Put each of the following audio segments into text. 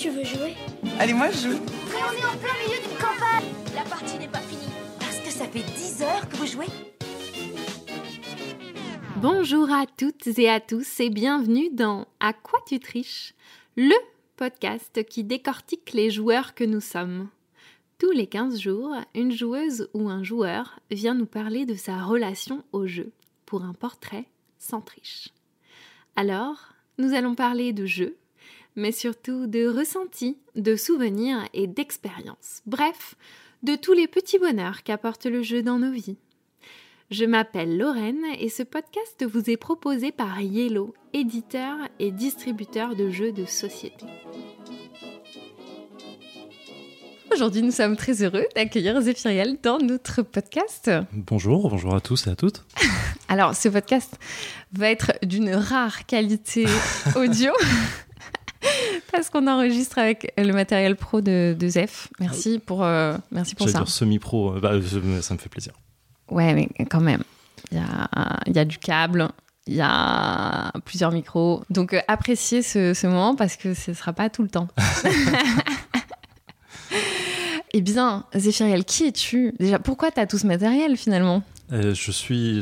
tu veux jouer? Allez, moi je joue. Mais on est en plein milieu d'une campagne. La partie n'est pas finie. Parce que ça fait 10 heures que vous jouez. Bonjour à toutes et à tous et bienvenue dans À quoi tu triches, le podcast qui décortique les joueurs que nous sommes. Tous les 15 jours, une joueuse ou un joueur vient nous parler de sa relation au jeu pour un portrait sans triche. Alors, nous allons parler de jeux, mais surtout de ressentis, de souvenirs et d'expériences. Bref, de tous les petits bonheurs qu'apporte le jeu dans nos vies. Je m'appelle Lorraine et ce podcast vous est proposé par Yellow, éditeur et distributeur de jeux de société. Aujourd'hui, nous sommes très heureux d'accueillir Zéphiriel dans notre podcast. Bonjour à tous et à toutes. Alors, ce podcast va être d'une rare qualité audio parce qu'on enregistre avec le matériel pro de Zef. Merci pour ça. J'allais dire semi-pro, ça me fait plaisir. Ouais, mais quand même, il y a du câble, il y a plusieurs micros. Donc, appréciez ce moment parce que ce ne sera pas tout le temps. Eh bien, Zéphiriel, qui es-tu? Déjà, pourquoi tu as tout ce matériel finalement? Je suis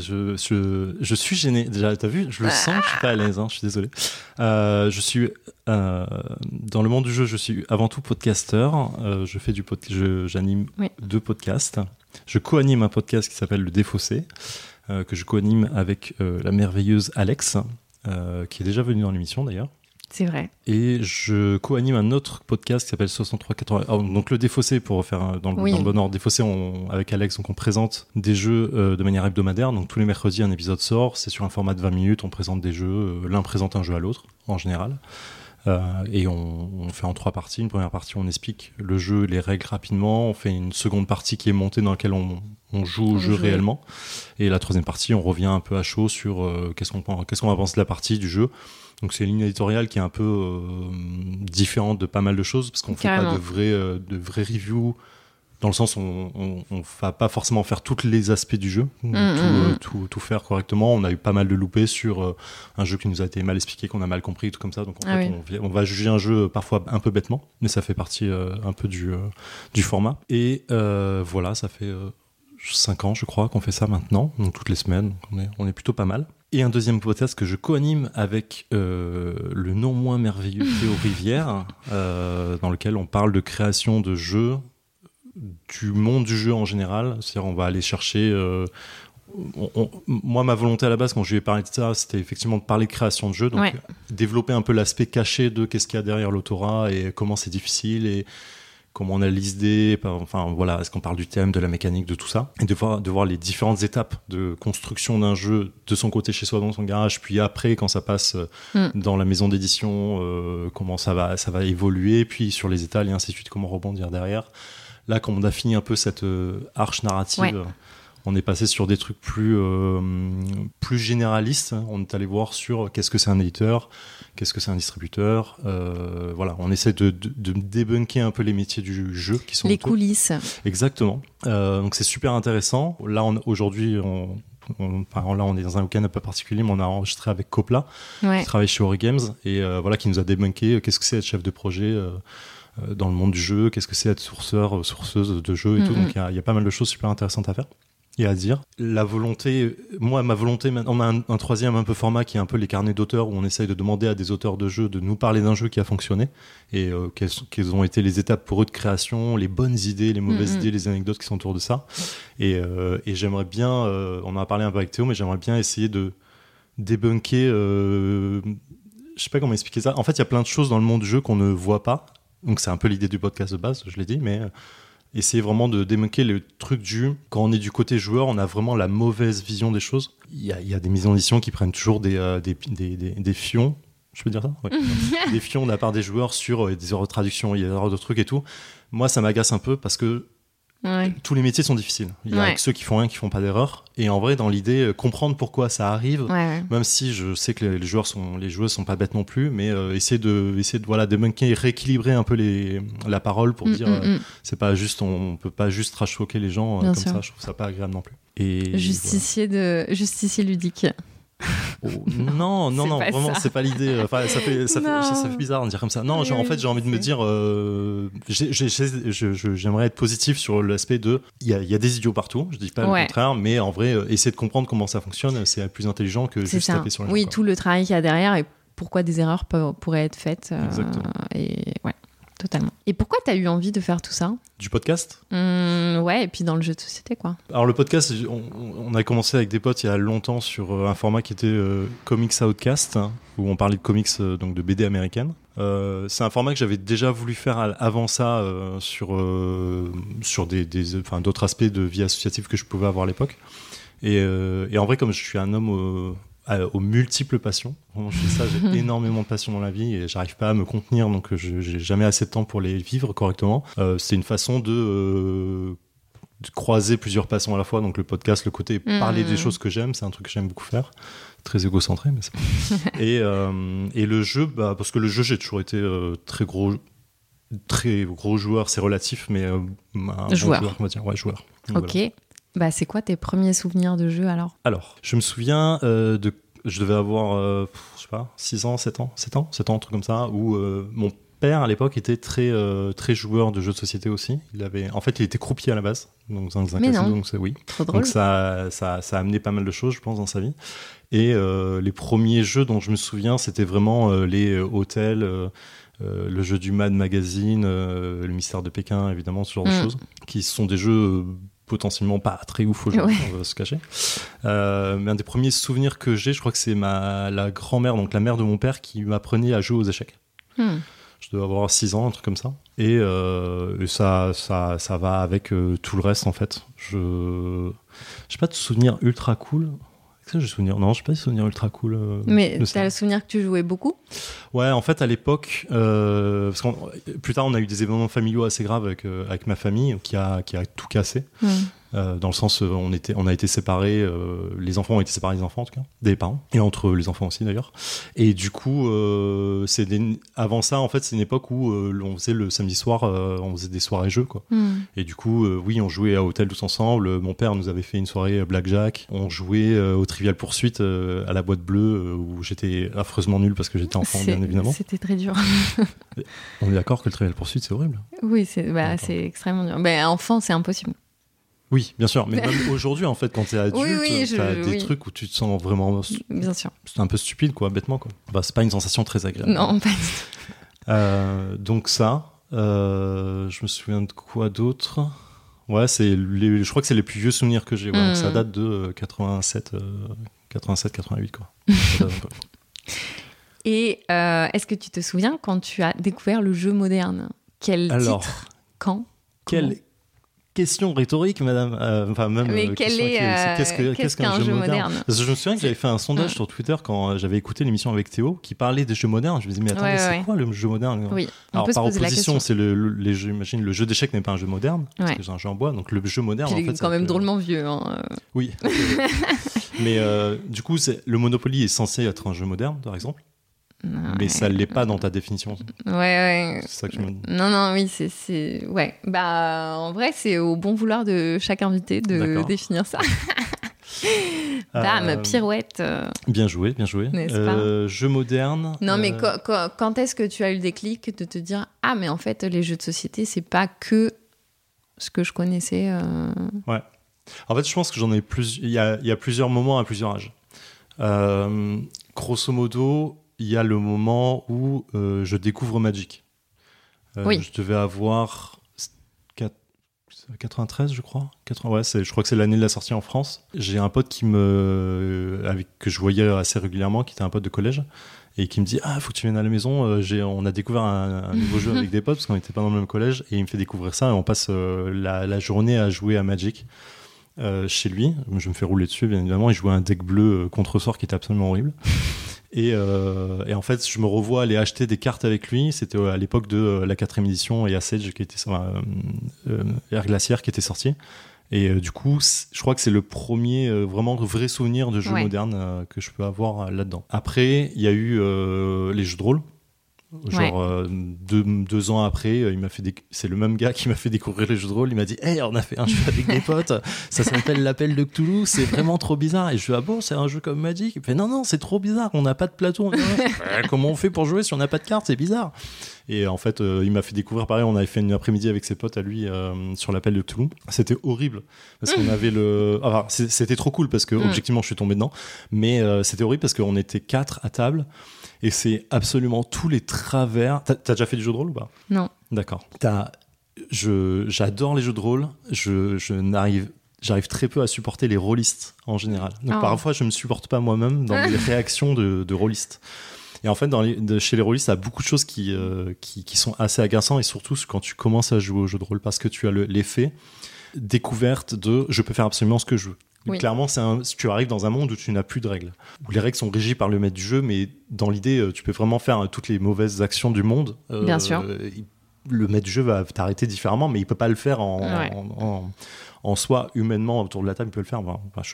gêné. Déjà, t'as vu? Je le sens, je suis pas à l'aise, je suis désolé. Je suis dans le monde du jeu, je suis avant tout podcasteur. Je fais j'anime 2 podcasts. Je co-anime un podcast qui s'appelle Le Défaussé, que je co-anime avec la merveilleuse Alex, qui est déjà venue dans l'émission d'ailleurs. C'est vrai. Et je co-anime un autre podcast qui s'appelle 6380. Donc le Défaussé, pour refaire dans le bon ordre, Défaussé, avec Alex, donc on présente des jeux de manière hebdomadaire. Donc tous les mercredis, un épisode sort. C'est sur un format de 20 minutes. On présente des jeux. L'un présente un jeu à l'autre, en général. Et on fait en 3 parties. Une première partie, on explique le jeu, les règles rapidement. On fait une seconde partie qui est montée dans laquelle on joue au jeu réellement. Et la troisième partie, on revient un peu à chaud sur qu'est-ce qu'on va penser de la partie, du jeu. Donc c'est une ligne éditoriale qui est un peu différente de pas mal de choses, parce qu'on fait pas de vrais reviews, dans le sens où on va pas forcément faire tous les aspects du jeu, tout faire correctement. On a eu pas mal de loupés sur un jeu qui nous a été mal expliqué, qu'on a mal compris, tout comme ça. Donc en fait, on va juger un jeu parfois un peu bêtement, mais ça fait partie un peu du format. Et voilà, ça fait 5 ans, je crois, qu'on fait ça maintenant, donc toutes les semaines. On est plutôt pas mal. Et un deuxième podcast que je co-anime avec le non moins merveilleux Théo Rivière, dans lequel on parle de création de jeux, du monde du jeu en général. C'est-à-dire, on va aller chercher... moi, ma volonté à la base, quand je lui ai parlé de ça, c'était effectivement de parler de création de jeux, donc développer un peu l'aspect caché de qu'est-ce qu'il y a derrière l'autorat et comment c'est difficile et comment on analyse est-ce qu'on parle du thème, de la mécanique, de tout ça, et de voir les différentes étapes de construction d'un jeu de son côté chez soi dans son garage, puis après quand ça passe dans la maison d'édition, comment ça va évoluer, puis sur les étals et ainsi de suite, comment rebondir derrière. Là, quand on a fini un peu cette arche narrative, on est passé sur des trucs plus généralistes. On est allé voir sur qu'est-ce que c'est un éditeur, qu'est-ce que c'est un distributeur. On essaie de débunker un peu les métiers du jeu qui sont les coulisses. Exactement. Donc c'est super intéressant. Là, aujourd'hui, on est dans un week-end un peu particulier, mais on a enregistré avec Copla, qui travaille chez Ori Games, et qui nous a débunké qu'est-ce que c'est être chef de projet dans le monde du jeu, qu'est-ce que c'est être sourceuse de jeu et tout. Donc il y a pas mal de choses super intéressantes à faire et à dire. Ma volonté, on a un troisième un peu format qui est un peu les carnets d'auteurs, où on essaye de demander à des auteurs de jeux de nous parler d'un jeu qui a fonctionné et quelles ont été les étapes pour eux de création, les bonnes idées, les mauvaises idées, les anecdotes qui sont autour de ça. Et j'aimerais bien, on en a parlé un peu avec Théo, mais j'aimerais bien essayer de débunker, je sais pas comment expliquer ça. En fait, il y a plein de choses dans le monde du jeu qu'on ne voit pas. Donc c'est un peu l'idée du podcast de base, je l'ai dit, mais essayer vraiment de débunker le truc quand on est du côté joueur, on a vraiment la mauvaise vision des choses. Il y a des maisons d'édition qui prennent toujours des fions, je peux dire ça ? Des fions de la part des joueurs sur des erreurs de traduction, il y a des erreurs de trucs et tout. Moi, ça m'agace un peu parce que tous les métiers sont difficiles. Il y a ceux qui font rien, qui font pas d'erreur. Et en vrai, dans l'idée, comprendre pourquoi ça arrive, même si je sais que les joueuses sont pas bêtes non plus, mais essayer de débunker et rééquilibrer un peu la parole pour dire c'est pas juste, on peut pas juste trash-talker les gens comme ça. Je trouve ça pas agréable non plus. Et justicier ludique. Non, vraiment, c'est pas l'idée. Enfin, ça fait bizarre de dire comme ça. Non, en fait, j'ai envie de me dire, j'aimerais être positif sur l'aspect de, il y a des idiots partout. Je dis pas le contraire, mais en vrai, essayer de comprendre comment ça fonctionne, c'est plus intelligent que juste taper sur les gens. Oui, tout le travail qu'il y a derrière et pourquoi des erreurs pourraient être faites. Exactement. Et ouais. Totalement. Et pourquoi t'as eu envie de faire tout ça ? Du podcast ? Ouais, et puis dans le jeu de société, quoi. Alors le podcast, on a commencé avec des potes il y a longtemps sur un format qui était Comics Outcast, où on parlait de comics, donc de BD américaine. C'est un format que j'avais déjà voulu faire avant ça sur d'autres aspects de vie associative que je pouvais avoir à l'époque. Et en vrai, comme je suis un homme aux multiples passions. Vraiment, je fais ça, j'ai énormément de passions dans la vie et j'arrive pas à me contenir, donc j'ai jamais assez de temps pour les vivre correctement. C'est une façon de croiser plusieurs passions à la fois, donc le podcast, le côté parler des choses que j'aime, c'est un truc que j'aime beaucoup faire. Très égocentré, mais c'est bon. Et le jeu, parce que le jeu, j'ai toujours été très gros joueur, c'est relatif, mais un bon joueur, on va dire. Ouais, joueur. Donc, ok. Voilà. C'est quoi tes premiers souvenirs de jeu alors ? Alors, je me souviens je devais avoir, je sais pas, 6 ans, 7 ans, un truc comme ça, où mon père à l'époque était très joueur de jeux de société aussi. Il était croupier à la base, donc dans un casino, donc c'est oui. Trop drôle. Donc ça a amené pas mal de choses, je pense, dans sa vie. Et les premiers jeux dont je me souviens, c'était vraiment les hôtels, le jeu du Mad Magazine, le mystère de Pékin, évidemment, ce genre de choses, qui sont des jeux potentiellement pas très ouf aujourd'hui, on va se cacher. Mais un des premiers souvenirs que j'ai, je crois que c'est la grand-mère, donc la mère de mon père, qui m'apprenait à jouer aux échecs. Je devais avoir 6 ans, un truc comme ça. Et ça va avec tout le reste, en fait. Je n'ai pas de souvenirs ultra cool. Qu'est-ce que j'ai souvenir ? Non, je n'ai pas de souvenirs ultra cool. Mais tu as le souvenir que tu jouais beaucoup ? Ouais, en fait, à l'époque, parce plus tard, on a eu des événements familiaux assez graves avec ma famille qui a tout cassé. Dans le sens, on a été séparés, les enfants ont été séparés des enfants, en tout cas, des parents, et entre les enfants aussi, d'ailleurs. Et du coup, avant ça, en fait, c'est une époque où on faisait le samedi soir, on faisait des soirées jeux, quoi. Et du coup, oui, on jouait à Hôtel tous ensemble. Mon père nous avait fait une soirée Blackjack. On jouait au Trivial Poursuite à la boîte bleue, où j'étais affreusement nul parce que j'étais enfant, bien évidemment. C'était très dur. On est d'accord que le Trivial Poursuite, c'est horrible. Oui, c'est extrêmement dur. Mais enfant, c'est impossible. Oui, bien sûr. Mais même aujourd'hui, en fait, quand t'es adulte, t'as des trucs où tu te sens vraiment... Bien sûr. C'est un peu stupide, quoi, bêtement, quoi. C'est pas une sensation très agréable. Non, pas du tout. Donc ça, je me souviens de quoi d'autre ? Ouais, je crois que c'est les plus vieux souvenirs que j'ai. Ouais. Donc ça date de 87, 88, quoi. Et est-ce que tu te souviens quand tu as découvert le jeu moderne ? Quel titre ? Quand ? Question rhétorique, madame. Mais qu'est-ce qu'un jeu moderne ? Parce que je me souviens que j'avais fait un sondage sur Twitter quand j'avais écouté l'émission avec Théo qui parlait des jeux modernes. Je me disais, mais attendez, c'est quoi le jeu moderne ? Oui, alors, par opposition, c'est les jeux, j'imagine, le jeu d'échecs n'est pas un jeu moderne, parce que c'est un jeu en bois. Donc le jeu moderne, en fait. Il est quand même drôlement vieux. Hein. Oui. Mais du coup, le Monopoly est censé être un jeu moderne, par exemple. Mais ça ne l'est pas dans ta définition. Ouais. C'est ça que je me dis. Non, oui, c'est... Ouais. En vrai, c'est au bon vouloir de chaque invité de définir ça. Bam, pirouette. Bien joué. N'est-ce pas ? Jeu moderne. Non, mais quand est-ce que tu as eu le déclic de te dire « Ah, mais en fait, les jeux de société, c'est pas que ce que je connaissais. Ouais. En fait, je pense que j'en ai il y a plusieurs moments à plusieurs âges. Grosso modo... Il y a le moment où je découvre Magic. Oui. Je devais avoir 93, je crois. Je crois que c'est l'année de la sortie en France. J'ai un pote que je voyais assez régulièrement, qui était un pote de collège, et qui me dit « Ah, faut que tu viennes à la maison. On a découvert un nouveau jeu avec des potes, parce qu'on n'était pas dans le même collège, et il me fait découvrir ça, et on passe la journée à jouer à Magic. Chez lui. Je me fais rouler dessus, bien évidemment. Il jouait un deck bleu contre-sort qui était absolument horrible. Et en fait, je me revois aller acheter des cartes avec lui. C'était à l'époque de la 4e édition et Sage qui était Air Glaciaire qui était sorti. Et du coup, je crois que c'est le premier vraiment vrai souvenir de jeu moderne que je peux avoir là-dedans. Après, il y a eu les jeux de rôle. Genre 2 ans après, c'est le même gars qui m'a fait découvrir les jeux de rôle. Il m'a dit hey, on a fait un jeu avec des potes, ça s'appelle l'Appel de Cthulhu, c'est vraiment trop bizarre. Et je lui dis ah bon, c'est un jeu comme Magic? Il me fait non, c'est trop bizarre, on n'a pas de plateau. Comment on fait pour jouer si on n'a pas de cartes? C'est bizarre. Et en fait, il m'a fait découvrir pareil. On avait fait une après-midi avec ses potes à lui sur l'Appel de Cthulhu. C'était horrible parce qu'on avait c'était trop cool parce que objectivement, je suis tombé dedans. Mais c'était horrible parce qu'on était 4 à table. Et c'est absolument tous les travers. T'as déjà fait du jeu de rôle ou pas? Non. D'accord. J'adore les jeux de rôle. J'arrive très peu à supporter les rôlistes en général. Donc parfois, je me supporte pas moi-même dans les réactions de rôlistes. Et en fait, chez les rôlistes, il y a beaucoup de choses qui sont assez agaçantes, et surtout quand tu commences à jouer au jeu de rôle, parce que tu as l'effet découverte de je peux faire absolument ce que je veux. Oui. Clairement, tu arrives dans un monde où tu n'as plus de règles, où les règles sont régies par le maître du jeu, mais dans l'idée, tu peux vraiment faire toutes les mauvaises actions du monde. Bien sûr. Le maître du jeu va t'arrêter différemment, mais il peut pas le faire en soi, humainement, autour de la table, il peut le faire.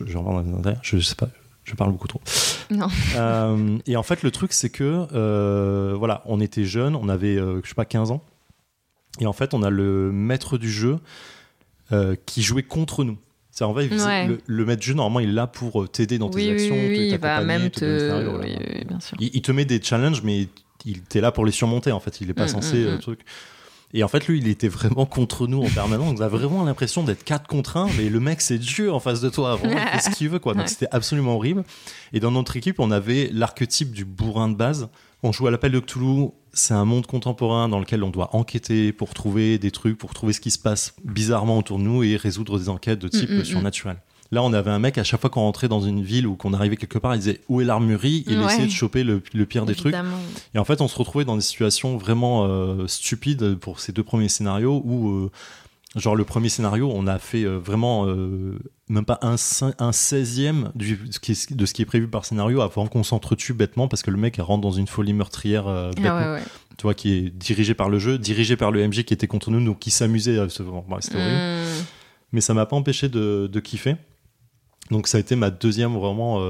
Je sais pas, je parle beaucoup trop. Non. Et en fait, le truc, c'est que, voilà, on était jeunes, on avait, je sais pas, 15 ans, et en fait, on a le maître du jeu qui jouait contre nous. En fait, le maître du jeu, normalement, il est là pour t'aider dans tes actions, il va même te donner scénario, voilà. Oui, bien sûr. Il te met des challenges, mais t'es là pour les surmonter, en fait. Il est pas censé truc. Et en fait, lui, il était vraiment contre nous en permanence. On a vraiment l'impression d'être 4 contre 1, mais le mec, c'est Dieu en face de toi. Vraiment, il fait ce qu'il veut, quoi. Donc, c'était absolument horrible. Et dans notre équipe, on avait l'archétype du bourrin de base. On joue à l'Appel de Cthulhu. C'est un monde contemporain dans lequel on doit enquêter pour trouver des trucs, pour trouver ce qui se passe bizarrement autour de nous et résoudre des enquêtes de type surnaturel. Là, on avait un mec, à chaque fois qu'on rentrait dans une ville ou qu'on arrivait quelque part, il disait où est l'armurerie, et il essayait de choper le pire des trucs. Et en fait, on se retrouvait dans des situations vraiment stupides pour ces 2 premiers scénarios où, genre, le premier scénario, on a fait vraiment même pas un 16e de ce qui est prévu par scénario avant qu'on s'entretue bêtement parce que le mec rentre dans une folie meurtrière bêtement. Tu vois, qui est dirigé par le jeu, dirigé par le MJ qui était contre nous, donc qui s'amusait à c'était horrible. Mais ça m'a pas empêché de kiffer. Donc ça a été ma deuxième vraiment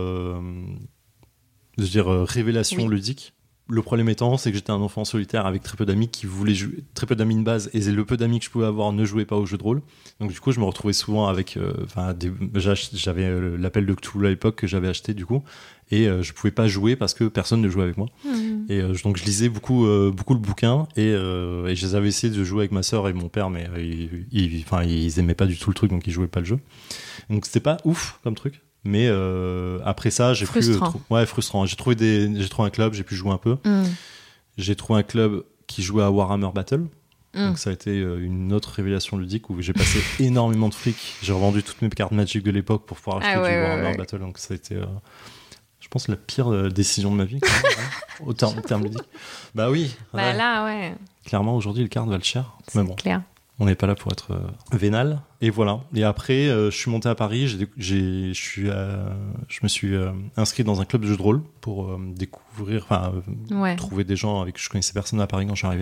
révélation ludique. Le problème étant, c'est que j'étais un enfant solitaire avec très peu d'amis qui voulaient jouer, très peu d'amis de base, et le peu d'amis que je pouvais avoir ne jouaient pas aux jeux de rôle. Donc du coup, je me retrouvais souvent avec, j'avais l'Appel de Cthulhu à l'époque que j'avais acheté du coup, et je pouvais pas jouer parce que personne ne jouait avec moi. Et donc je lisais beaucoup le bouquin, et je les avais essayé de jouer avec ma sœur et mon père, mais ils aimaient pas du tout le truc, donc ils jouaient pas le jeu. Donc c'était pas ouf comme truc. Mais après ça, j'ai frustrant. Frustrant. J'ai trouvé un club, j'ai pu jouer un peu. J'ai trouvé un club qui jouait à Warhammer Battle. Donc ça a été une autre révélation ludique où j'ai passé énormément de fric. J'ai revendu toutes mes cartes Magic de l'époque pour pouvoir acheter du Warhammer Battle. Donc ça a été, je pense, la pire décision de ma vie, quand même, en termes ludiques. Bah oui. Là, ouais. Clairement, aujourd'hui, le carte valent cher. C'est clair. On n'est pas là pour être vénal. Et voilà. Et après, je suis monté à Paris. Je me suis inscrit dans un club de jeux de rôle pour découvrir, trouver des gens avec qui je connaissais personne à Paris quand je suis arrivé.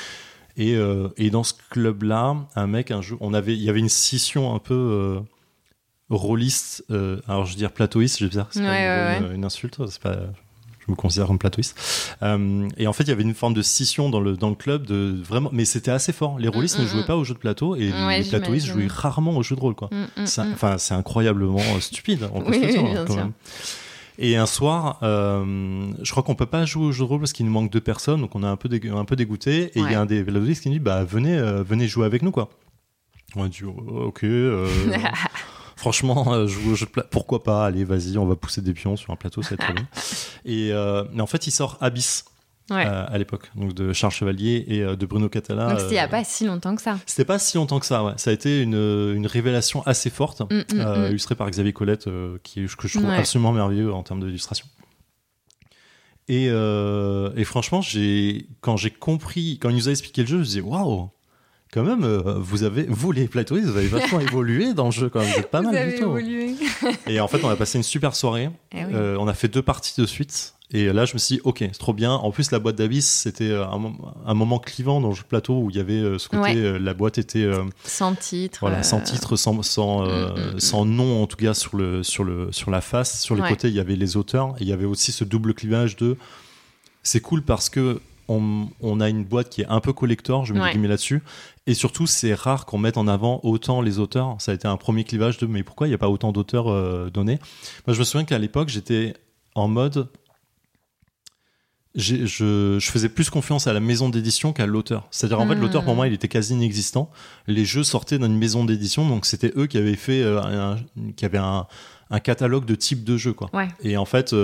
Et dans ce club-là, il y avait une scission un peu rôliste. Alors, je veux dire plateauiste. Je veux dire, c'est pas une insulte. C'est pas. Je me considère comme plateauiste. Et en fait, il y avait une forme de scission dans le club, mais c'était assez fort. Les rôlistes ne jouaient pas aux jeux de plateau et les plateauistes jouaient rarement aux jeux de rôle, quoi. C'est incroyablement stupide. On peut se le dire, quand même. Et un soir, je crois qu'on peut pas jouer aux jeux de rôle parce qu'il nous manque 2 personnes, donc on est un peu dégoûté. Et il y a un des plateauistes qui nous dit, venez jouer avec nous, quoi. On a dit, ok. Franchement, pourquoi pas? Allez, vas-y, on va pousser des pions sur un plateau, ça va être très bien. Mais en fait, il sort Abyss à l'époque, donc de Charles Chevalier et de Bruno Catala. Donc c'était il n'y a pas si longtemps que ça. C'était pas si longtemps que ça, ouais. Ça a été une révélation assez forte, illustrée par Xavier Colette, que je trouve absolument merveilleux en termes d'illustration. Et franchement, quand il nous a expliqué le jeu, je me disais, waouh! Quand même, vous les plateauistes, vous avez vachement évolué dans le jeu, quand même. Vous êtes pas mal du tout. Évolué. Et en fait, on a passé une super soirée. On a fait 2 parties de suite. Et là, je me suis dit, ok, c'est trop bien. En plus, la boîte d'Abyss, c'était un moment clivant dans le jeu de plateau où il y avait ce côté, la boîte était sans titre. Voilà, sans titre, sans nom en tout cas sur la face. Sur les côtés, il y avait les auteurs. Et il y avait aussi ce double clivage de. C'est cool parce que on a une boîte qui est un peu collector, je mets des guillemets là-dessus, et surtout c'est rare qu'on mette en avant autant les auteurs. Ça a été un premier clivage de mais pourquoi il n'y a pas autant d'auteurs donnés. Moi je me souviens qu'à l'époque j'étais en mode je faisais plus confiance à la maison d'édition qu'à l'auteur. C'est-à-dire en fait l'auteur pour moi il était quasi inexistant. Les jeux sortaient d'une maison d'édition, donc c'était eux qui avaient fait qui avaient un catalogue de types de jeux quoi. Et en fait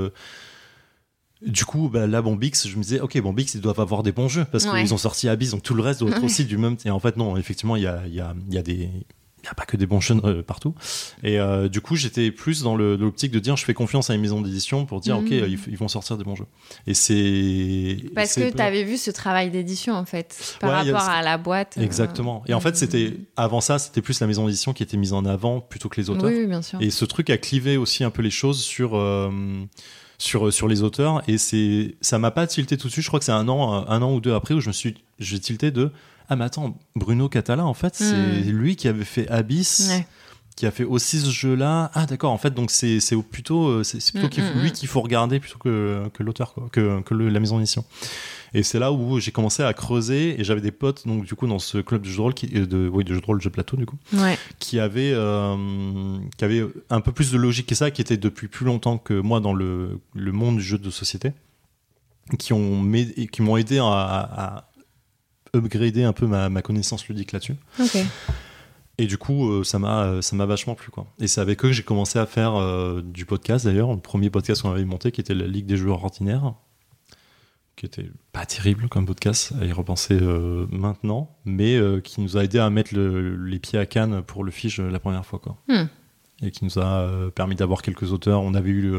du coup, là, Bombix, je me disais, ok, Bombix, ils doivent avoir des bons jeux parce qu'ils ont sorti Abyss, donc tout le reste doit être aussi du même. Et en fait, non, effectivement, il y a pas que des bons jeux partout. Et du coup, j'étais plus dans l'optique de dire, je fais confiance à une maison d'édition pour dire, ok, ils vont sortir des bons jeux. Et c'est parce que t'avais vu ce travail d'édition en fait par rapport à la boîte. Exactement. Et en fait, avant ça, c'était plus la maison d'édition qui était mise en avant plutôt que les auteurs. Oui, bien sûr. Et ce truc a clivé aussi un peu les choses sur les auteurs, et ça m'a pas tilté tout de suite. Je crois que c'est un an ou deux après où j'ai tilté de mais attends, Bruno Catala en fait c'est lui qui avait fait Abyss, qui a fait aussi ce jeu là. D'accord, en fait donc c'est plutôt lui qu'il faut regarder plutôt que l'auteur quoi, que la maison d'édition. Et c'est là où j'ai commencé à creuser, et j'avais des potes donc du coup dans ce club de jeux de rôle de jeux de rôle de plateau du coup qui avait un peu plus de logique que ça, qui était depuis plus longtemps que moi dans le monde du jeu de société, qui m'ont aidé à upgrader un peu ma connaissance ludique là-dessus. Et du coup ça m'a vachement plu quoi. Et c'est avec eux que j'ai commencé à faire du podcast. D'ailleurs le premier podcast qu'on avait monté, qui était la Ligue des joueurs ordinaires, qui était pas terrible comme podcast à y repenser maintenant, mais qui nous a aidé à mettre les pieds à Cannes pour le Fige la première fois quoi. Et qui nous a permis d'avoir quelques auteurs. On avait eu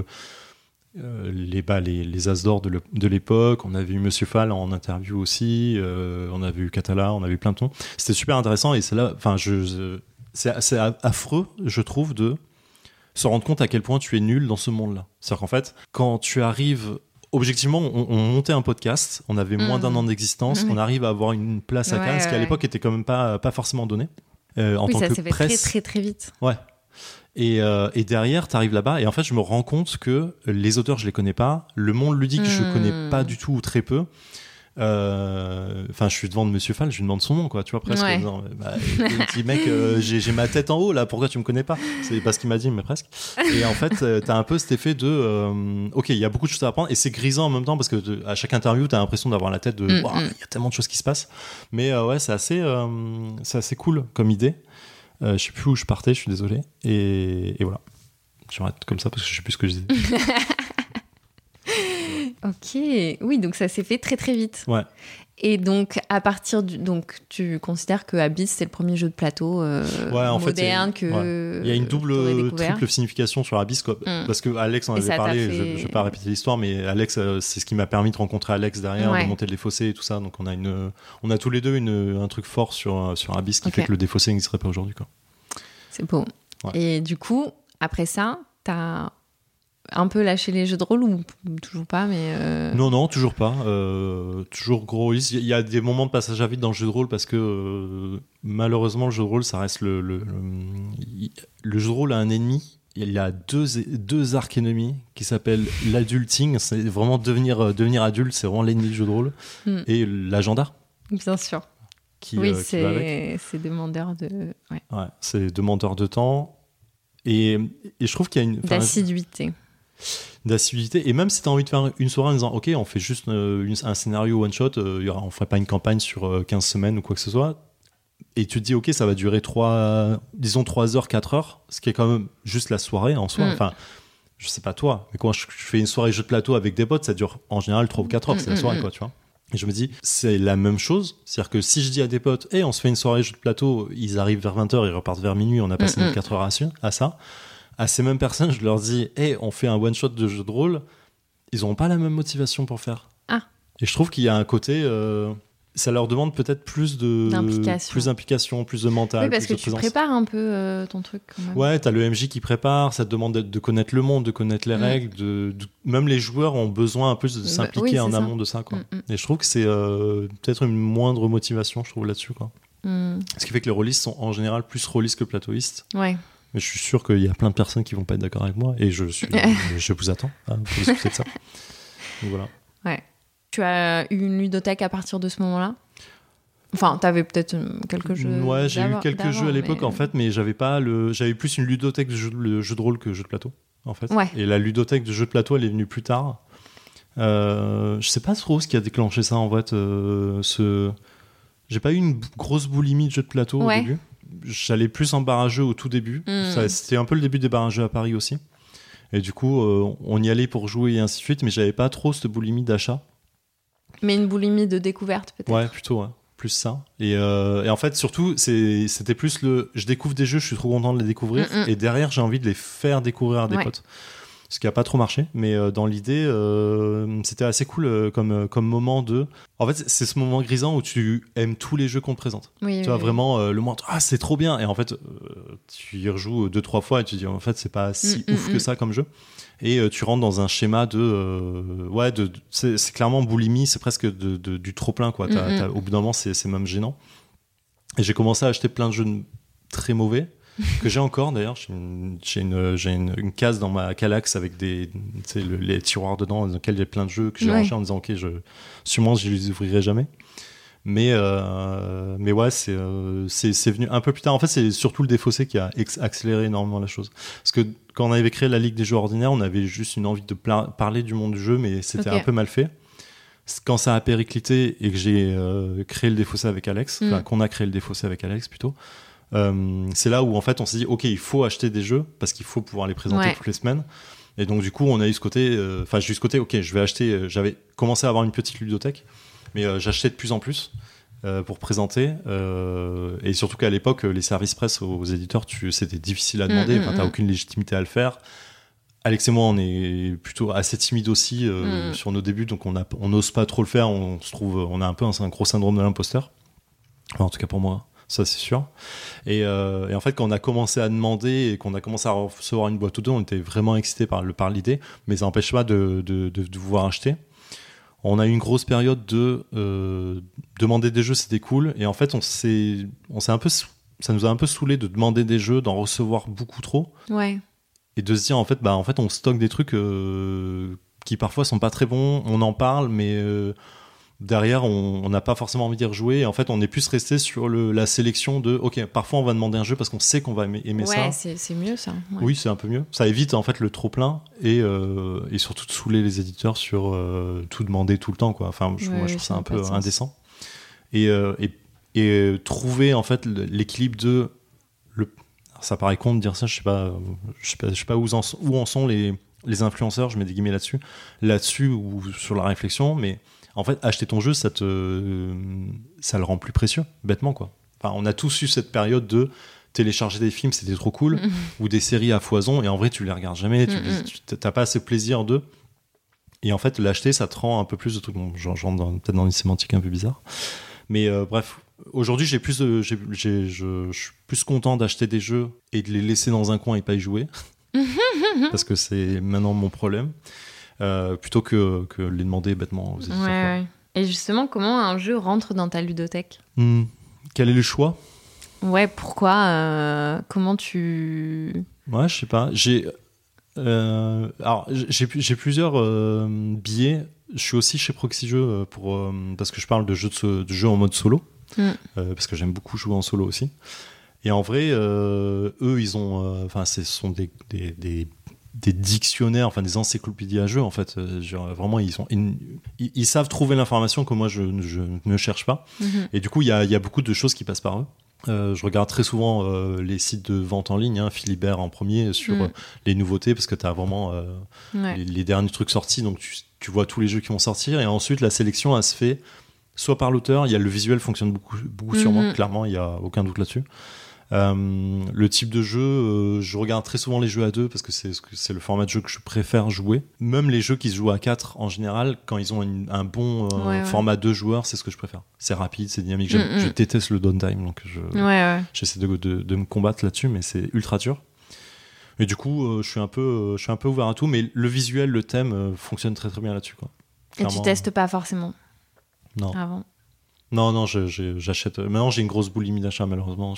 les As d'or de l'époque, on avait eu Monsieur Fall en interview aussi, on avait eu Catala, on avait eu plein de tons. C'était super intéressant, et c'est là, enfin c'est affreux je trouve de se rendre compte à quel point tu es nul dans ce monde-là. C'est-à-dire qu'en fait quand tu arrives, objectivement, on montait un podcast, on avait moins d'un an d'existence, on arrive à avoir une place à Cannes, ce qui à l'époque était quand même pas forcément donné. En tant ça que s'est fait presse, très très très vite. Et derrière, t'arrives là-bas, et en fait, je me rends compte que les auteurs, je les connais pas, le monde ludique, je connais pas du tout ou très peu. Enfin, je suis devant de Monsieur Fall, je lui demande son nom, quoi, tu vois, presque. Non, il dit, mec, j'ai ma tête en haut là, pourquoi tu me connais pas? C'est pas ce qu'il m'a dit, mais presque. Et en fait, t'as un peu cet effet de, ok, il y a beaucoup de choses à apprendre, et c'est grisant en même temps parce que à chaque interview, t'as l'impression d'avoir la tête de, il y a tellement de choses qui se passent. Mais c'est assez cool comme idée. Je sais plus où je partais, je suis désolé. Et voilà. Je vais arrêter comme ça parce que je sais plus ce que je disais. Ok, oui, donc ça s'est fait très très vite. Et donc, à partir donc tu considères que Abyss, c'est le premier jeu de plateau moderne que il y a une triple signification sur Abyss, quoi. Parce que Alex en avait parlé, je vais pas répéter l'histoire, mais Alex, c'est ce qui m'a permis de rencontrer Alex derrière, de monter le Défaussé et tout ça. Donc on a tous les deux un truc fort sur Abyss qui fait que le Défaussé n'existerait pas aujourd'hui, quoi. C'est beau. Et du coup, après ça, t'as un peu lâché les jeux de rôle ou toujours pas, mais Non, toujours pas. Toujours gros risque. Il y a des moments de passage à vide dans le jeu de rôle parce que malheureusement le jeu de rôle, ça reste le jeu de rôle a un ennemi. Il y a deux arcs ennemis qui s'appellent l'adulting, c'est vraiment devenir adulte, c'est vraiment l'ennemi du jeu de rôle, et l'agenda. Bien sûr. C'est demandeur de. Ouais, c'est demandeur de temps, et je trouve qu'il y a une d'assiduité, et même si tu as envie de faire une soirée en disant ok, on fait juste un scénario one shot, on ferait pas une campagne sur 15 semaines ou quoi que ce soit, et tu te dis ok, ça va durer 3 heures, 4 heures, ce qui est quand même juste la soirée en soi. Enfin, je sais pas toi, mais quand je fais une soirée jeu de plateau avec des potes, ça dure en général 3 ou 4 heures, c'est la soirée, quoi, tu vois. Et je me dis, c'est la même chose. C'est-à-dire que si je dis à des potes, on se fait une soirée jeu de plateau, ils arrivent vers 20h, ils repartent vers minuit, on a passé 4 heures à ça. À ces mêmes personnes, je leur dis, on fait un one-shot de jeu de rôle, ils n'auront pas la même motivation pour faire. Et je trouve qu'il y a un côté, ça leur demande peut-être plus d'implication, plus de mental. Oui, parce que tu prépares un peu ton truc quand même. Ouais, t'as le MJ qui prépare, ça te demande de connaître le monde, de connaître les règles, même les joueurs ont besoin un peu de s'impliquer en amont de ça, quoi. Et je trouve que c'est peut-être une moindre motivation, je trouve, là-dessus, quoi. Ce qui fait que les rôlistes sont en général plus rôlistes que plateauistes. Ouais. Mais je suis sûr qu'il y a plein de personnes qui vont pas être d'accord avec moi, et je vous attends pour discuter de ça. Donc voilà. Ouais. Tu as eu une ludothèque à partir de ce moment-là ? Enfin, t'avais peut-être quelques jeux. Ouais, j'ai eu quelques jeux à l'époque en fait, mais j'avais plus une ludothèque de jeux de rôle que jeux de plateau en fait. Ouais. Et la ludothèque de jeux de plateau, elle est venue plus tard. Je sais pas trop ce qui a déclenché ça en fait. J'ai pas eu une grosse boulimie de jeux de plateau au début. J'allais plus en barrageux au tout début. C'était un peu le début des barrageux à Paris aussi. Et du coup, on y allait pour jouer et ainsi de suite, mais j'avais pas trop cette boulimie d'achat. Mais une boulimie de découverte peut-être. Ouais, plutôt, ouais. Plus ça. Et en fait, surtout, c'était plus je découvre des jeux, je suis trop content de les découvrir. Et derrière, j'ai envie de les faire découvrir à des potes. Ce qui n'a pas trop marché. Mais dans l'idée, c'était assez cool comme moment de... En fait, c'est ce moment grisant où tu aimes tous les jeux qu'on te présente. Tu vois, vraiment, le moment, c'est trop bien. Et en fait, tu y rejoues 2-3 fois et tu te dis, en fait, c'est pas si ouf que ça comme jeu. Et tu rentres dans un schéma c'est clairement boulimie, c'est presque du trop-plein, quoi. Au bout d'un moment, c'est même gênant. Et j'ai commencé à acheter plein de jeux très mauvais, que j'ai encore d'ailleurs. J'ai une case dans ma Kallax avec les tiroirs dedans, dans lesquels il y a plein de jeux que j'ai rangés en disant, ok, sûrement je les ouvrirai jamais. Mais ouais, c'est venu un peu plus tard. En fait, c'est surtout le défaussé qui a accéléré énormément la chose. Parce que quand on avait créé la Ligue des jeux ordinaires, on avait juste une envie de parler du monde du jeu, mais c'était un peu mal fait. Quand ça a périclité et que j'ai créé le défaussé avec Alex, qu'on a créé le défaussé avec Alex plutôt, c'est là où en fait on s'est dit, ok, il faut acheter des jeux parce qu'il faut pouvoir les présenter toutes les semaines. Et donc du coup, on a eu ce côté, j'ai eu ce côté, ok, je vais acheter. J'avais commencé à avoir une petite ludothèque. Mais j'achetais de plus en plus pour présenter. Et surtout qu'à l'époque, les services presse aux éditeurs, c'était difficile à demander. T'as aucune légitimité à le faire. Alex et moi, on est plutôt assez timides aussi sur nos débuts, donc on n'ose pas trop le faire. On a un peu un gros syndrome de l'imposteur. Enfin, en tout cas pour moi, ça c'est sûr. Et en fait, quand on a commencé à demander et qu'on a commencé à recevoir une boîte ou deux, on était vraiment excités par l'idée, mais ça n'empêche pas de vouloir acheter. On a eu une grosse période de demander des jeux, c'était cool. Et en fait, ça nous a un peu saoulé de demander des jeux, d'en recevoir beaucoup trop. Ouais. Et de se dire, en fait, on stocke des trucs qui parfois sont pas très bons. On en parle, mais derrière, on n'a pas forcément envie d'y rejouer. Et en fait, on est plus resté sur la sélection de, ok, parfois on va demander un jeu parce qu'on sait qu'on va aimer ça. Ouais, c'est mieux ça. Ouais. Oui, c'est un peu mieux. Ça évite en fait le trop-plein et surtout de saouler les éditeurs sur tout demander tout le temps, quoi. Enfin, moi, je trouve ça un peu indécent. Et trouver en fait l'équilibre de... Ça paraît con de dire ça, je sais pas où en sont les influenceurs, je mets des guillemets là-dessus ou sur la réflexion, mais en fait, acheter ton jeu, ça le rend plus précieux, bêtement, quoi. Enfin, on a tous eu cette période de télécharger des films, c'était trop cool, ou des séries à foison, et en vrai, tu les regardes jamais, tu t'as pas assez plaisir d'eux. Et en fait, l'acheter, ça te rend un peu plus de trucs. Bon, j'entre peut-être dans une sémantique un peu bizarre. Mais bref, aujourd'hui, je suis plus content d'acheter des jeux et de les laisser dans un coin et pas y jouer. Parce que c'est maintenant mon problème. Plutôt que les demander bêtement aux éditeurs. Ouais. Et justement, comment un jeu rentre dans ta ludothèque ? Quel est le choix ? Ouais, pourquoi comment tu... Ouais, je sais pas. J'ai plusieurs billets. Je suis aussi chez Proxy Jeux parce que je parle de jeux en mode solo. Parce que j'aime beaucoup jouer en solo aussi. Et en vrai, eux, ils ont... ce sont des dictionnaires, enfin des encyclopédies à jeux en fait. Vraiment, ils savent trouver l'information que moi je ne cherche pas. Et du coup, il y a beaucoup de choses qui passent par eux. Je regarde très souvent les sites de vente en ligne, Philibert en premier, sur les nouveautés, parce que tu as vraiment les derniers trucs sortis, donc tu vois tous les jeux qui vont sortir. Et ensuite, la sélection, elle se fait soit par l'auteur, le visuel fonctionne beaucoup sur moi, clairement, il n'y a aucun doute là-dessus. Le type de jeu, je regarde très souvent les jeux à 2 parce que c'est le format de jeu que je préfère jouer. Même les jeux qui se jouent à 4 en général, quand ils ont un bon format 2 joueurs, c'est ce que je préfère. C'est rapide, c'est dynamique. Je déteste le downtime, donc j'essaie de me combattre là-dessus, mais c'est ultra dur. Et du coup, je suis un peu ouvert à tout, mais le visuel, le thème fonctionne très très bien là-dessus, quoi. Et tu testes pas forcément ? Non. Avant. Non, j'achète. Maintenant, j'ai une grosse boulimie d'achat, malheureusement.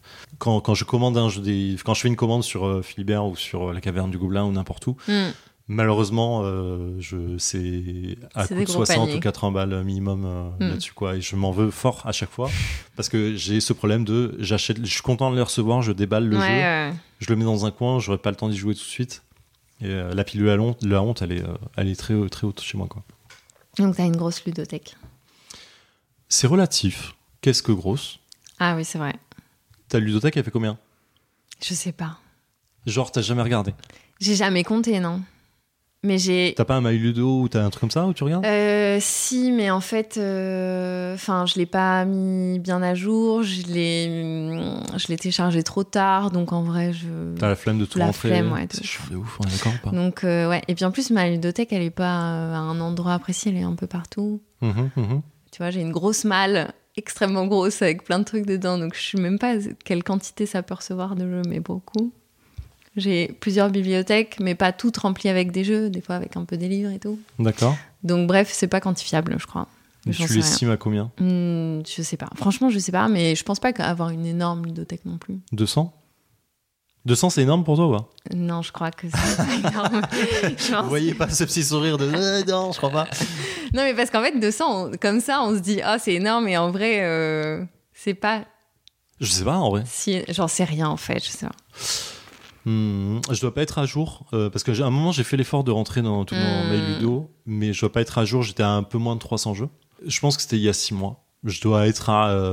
Quand je commande quand je fais une commande sur Philibert ou sur La Caverne du Gobelin ou n'importe où, Malheureusement, c'est à C'est coût des de gros 60 paniers. ou 80 balles minimum là-dessus, quoi. Et je m'en veux fort à chaque fois parce que j'ai ce problème de je suis content de le recevoir, je déballe le jeu, je le mets dans un coin, j'aurai pas le temps d'y jouer tout de suite. Et la pilule à la honte, elle est très, très haute chez moi, quoi. Donc t'as une grosse ludothèque. C'est relatif. Qu'est-ce que grosse? Ah oui, c'est vrai. Ta ludothèque, elle fait combien? Je sais pas. Genre, t'as jamais regardé? J'ai jamais compté, non. Mais j'ai... T'as pas un My Ludo ou t'as un truc comme ça où tu regardes? Si, mais en fait, je l'ai pas mis bien à jour. Je l'ai téléchargé trop tard, donc en vrai, T'as la flemme de tout la rentrer. flemme, ouais, C'est chiant de ouf, on est d'accord ou pas? Donc, ouais. Et puis en plus, ma ludothèque, elle est pas à un endroit précis, elle est un peu partout. Tu vois, j'ai une grosse malle, extrêmement grosse, avec plein de trucs dedans, donc je sais même pas quelle quantité ça peut recevoir de jeux, mais beaucoup. J'ai plusieurs bibliothèques, mais pas toutes remplies avec des jeux, des fois avec un peu des livres et tout. D'accord. Donc bref, c'est pas quantifiable, je crois. Tu l'estimes à combien? Je sais pas. Franchement, je sais pas, mais je pense pas qu'avoir une énorme ludothèque non plus. 200? 200, c'est énorme pour toi ou pas? Non, je crois que c'est pas énorme. Vous voyez pas ce petit sourire de non, je crois pas. Non, mais parce qu'en fait, 200, comme ça, on se dit ah, c'est énorme, et en vrai, c'est pas. Je sais pas en vrai. Si, j'en sais rien en fait, je sais pas. Je dois pas être à jour parce qu'à un moment j'ai fait l'effort de rentrer dans tout mon mail ludo, mais je dois pas être à jour. J'étais à un peu moins de 300 jeux. Je pense que c'était il y a 6 mois. Je dois être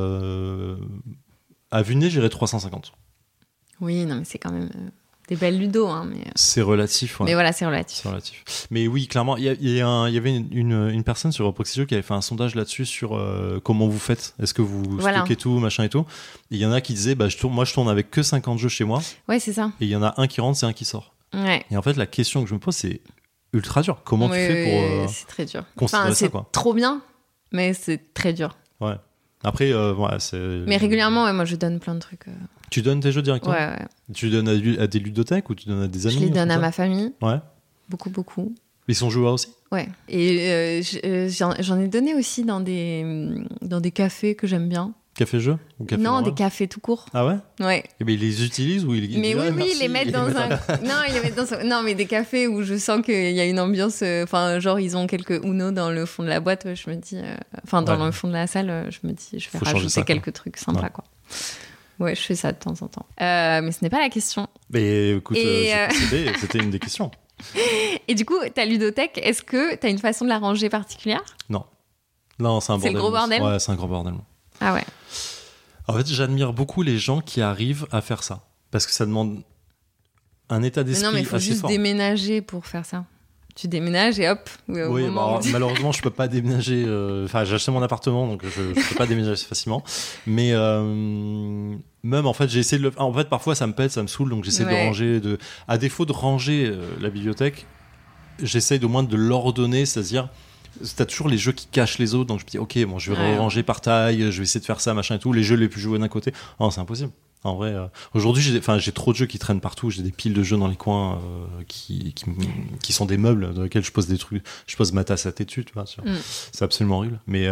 à vue de nez, j'irai 350. Oui, non, mais c'est quand même des belles ludos, hein, mais. C'est relatif, ouais. Mais voilà, c'est relatif. C'est relatif. Mais oui, clairement, il y avait une personne sur Proxy Jeux qui avait fait un sondage là-dessus sur comment vous faites. Est-ce que vous stockez tout, machin et tout. Et il y en a qui disaient, moi je tourne avec que 50 jeux chez moi. Ouais, c'est ça. Et il y en a un qui rentre, c'est un qui sort. Ouais. Et en fait, la question que je me pose, c'est ultra dur. Comment tu fais pour c'est très dur. considérer ça, quoi. C'est trop bien, mais c'est très dur. Ouais. Après, c'est. Mais régulièrement, ouais, moi je donne plein de trucs. Tu donnes tes jeux directement? Ouais. Tu donnes à des ludothèques ou tu donnes à des amis? Je les donne à ma famille. Ouais. Beaucoup. Ils sont joueurs aussi? Ouais. Et j'en ai donné aussi dans des cafés que j'aime bien. Café-jeu ou café Non, normal? des cafés tout court. Ah ouais? Ouais. Et ben ils les utilisent ou ils Mais disent, oui, ils les mettent dans un. Non, ils les mettent dans. Non, mais des cafés où je sens qu'il y a une ambiance. Enfin, genre, ils ont quelques Uno dans le fond de la boîte. Je me dis. Dans le fond de la salle, je me dis, je vais rajouter ça, quelques trucs sympas, quoi. Ouais, je fais ça de temps en temps. Mais ce n'est pas la question. Mais écoute, c'était une des questions. Et du coup, ta ludothèque, est-ce que tu as une façon de la ranger particulière? Non, c'est un bordel. C'est le gros bordel? Ouais, c'est un gros bordel. Ah ouais. En fait, j'admire beaucoup les gens qui arrivent à faire ça. Parce que ça demande un état d'esprit assez fort. Non, mais il faut juste déménager pour faire ça. Tu déménages et hop. Oui, malheureusement, je peux pas déménager. J'ai acheté mon appartement, donc je peux pas déménager facilement. Mais même, en fait, j'ai essayé de le. En fait, parfois, ça me pète, ça me saoule, donc j'essaie de ranger. À défaut de ranger la bibliothèque, j'essaye au moins de l'ordonner, c'est-à-dire. T'as toujours les jeux qui cachent les autres, donc je me dis ok, bon, je vais ranger par taille, je vais essayer de faire ça, machin et tout. Les jeux les plus joués d'un côté, non, c'est impossible. En vrai, aujourd'hui, j'ai trop de jeux qui traînent partout. J'ai des piles de jeux dans les coins qui sont des meubles dans lesquels je pose des trucs. Je pose ma tasse à thé dessus, tu vois. C'est absolument horrible. Mais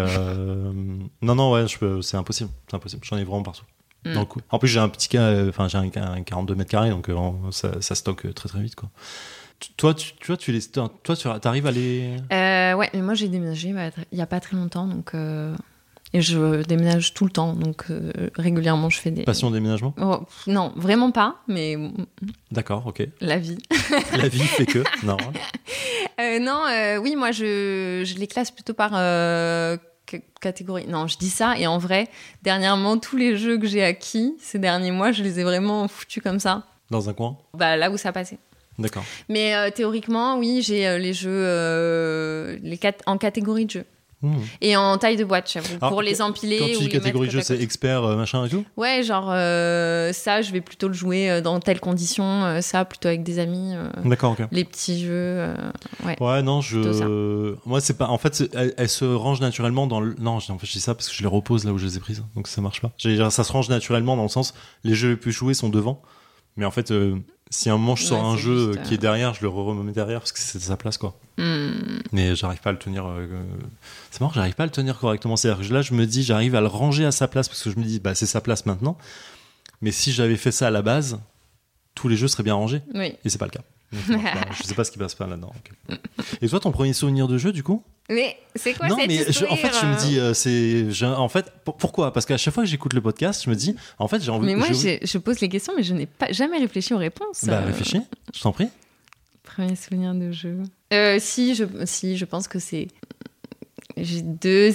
c'est impossible. C'est impossible. J'en ai vraiment partout. Donc, en plus, j'ai un petit j'ai un 42 mètres carrés, donc ça stocke très très vite, quoi. Toi, tu arrives à les. Ouais, mais moi j'ai déménagé il y a pas très longtemps, donc. Et je déménage tout le temps, donc régulièrement je fais des... Passion déménagement? Non, vraiment pas, mais... D'accord, ok. La vie. La vie fait que... Non. Oui, moi je les classe plutôt par catégorie. Non, je dis ça, et en vrai, dernièrement, tous les jeux que j'ai acquis ces derniers mois, je les ai vraiment foutus comme ça. Dans un coin? Là où ça passait. D'accord. Mais théoriquement, oui, j'ai les jeux en catégorie de jeux. Et en taille de boîte, j'avoue, pour les empiler. Quand tu dis catégorie de jeu, c'est expert, machin et tout? Ouais, genre ça, je vais plutôt le jouer dans telles conditions, ça plutôt avec des amis. D'accord, ok. Les petits jeux, ouais. Ouais, non, moi, c'est pas. En fait, elles se rangent naturellement dans le. Non, en fait, je dis ça parce que je les repose là où je les ai prises, donc ça marche pas. Ça se range naturellement dans le sens, les jeux les plus joués sont devant, mais en fait. Si à un moment je sors un jeu qui est derrière, je le remets derrière parce que c'est sa place, quoi. Mais j'arrive pas à le tenir. C'est marrant, j'arrive pas à le tenir correctement. C'est-à-dire que là, je me dis, j'arrive à le ranger à sa place parce que je me dis, c'est sa place maintenant. Mais si j'avais fait ça à la base, tous les jeux seraient bien rangés. Oui. Et c'est pas le cas. Je sais pas ce qui passe pas là-dedans. Okay. Et toi, ton premier souvenir de jeu, du coup? Mais c'est quoi non, cette mais histoire en fait, je me dis, en fait, pourquoi? Parce qu'à chaque fois que j'écoute le podcast, je me dis, en fait, j'ai envie. Mais moi, je pose les questions, mais je n'ai jamais réfléchi aux réponses. Bah, réfléchis, je t'en prie. Premier souvenir de jeu. Si, je pense que c'est. J'ai deux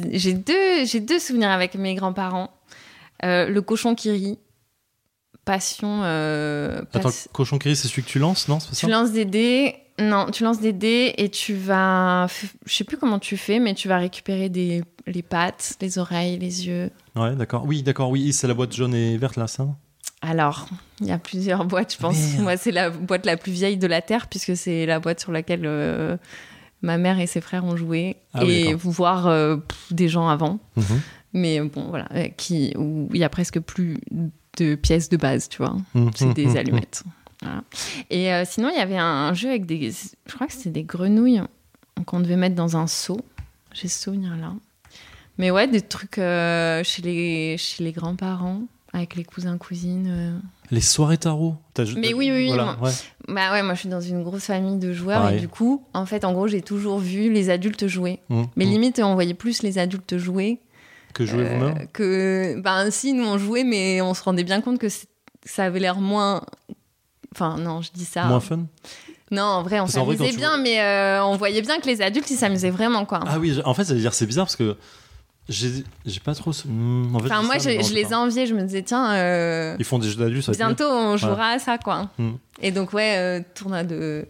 souvenirs avec mes grands-parents. Le cochon qui rit. Passion. Attends, cochon qui rit, c'est celui que tu lances, non? C'est pas ça? Tu lances des dés. Non, tu lances des dés et tu vas. Je sais plus comment tu fais, mais tu vas récupérer les pattes, les oreilles, les yeux. Ouais, d'accord. Oui, c'est la boîte jaune et verte là, ça? Alors, il y a plusieurs boîtes, je pense. Merde. Moi, c'est la boîte la plus vieille de la Terre, puisque c'est la boîte sur laquelle ma mère et ses frères ont joué. Ah, oui, et d'accord. vous voir des gens avant. Mhm. Mais bon, voilà. Où il y a presque plus de pièces de base, tu vois. C'est des allumettes. Voilà. Et sinon, il y avait un jeu avec des... Je crois que c'était des grenouilles qu'on devait mettre dans un seau. J'ai ce souvenir-là. Mais ouais, des trucs chez les grands-parents, avec les cousins, cousines. Les soirées tarot. Mais oui. Voilà, ouais. Bah ouais, moi je suis dans une grosse famille de joueurs. Pareil. Et du coup, en fait, en gros, j'ai toujours vu les adultes jouer. Mais limite, on voyait plus les adultes jouer que jouer vous-même. Ben si, nous on jouait, mais on se rendait bien compte que ça avait l'air moins... Enfin, non, je dis ça... Moins fun? Non, en vrai, on s'amusait bien, mais on voyait bien que les adultes, ils s'amusaient vraiment, quoi. Ah oui, en fait, ça veut dire c'est bizarre parce que j'ai pas trop... En fait, enfin, moi, je les enviais, je me disais, tiens... Ils font des jeux d'adultes, ça va être bientôt, on jouera à ça, quoi. Et donc, ouais, tournoi de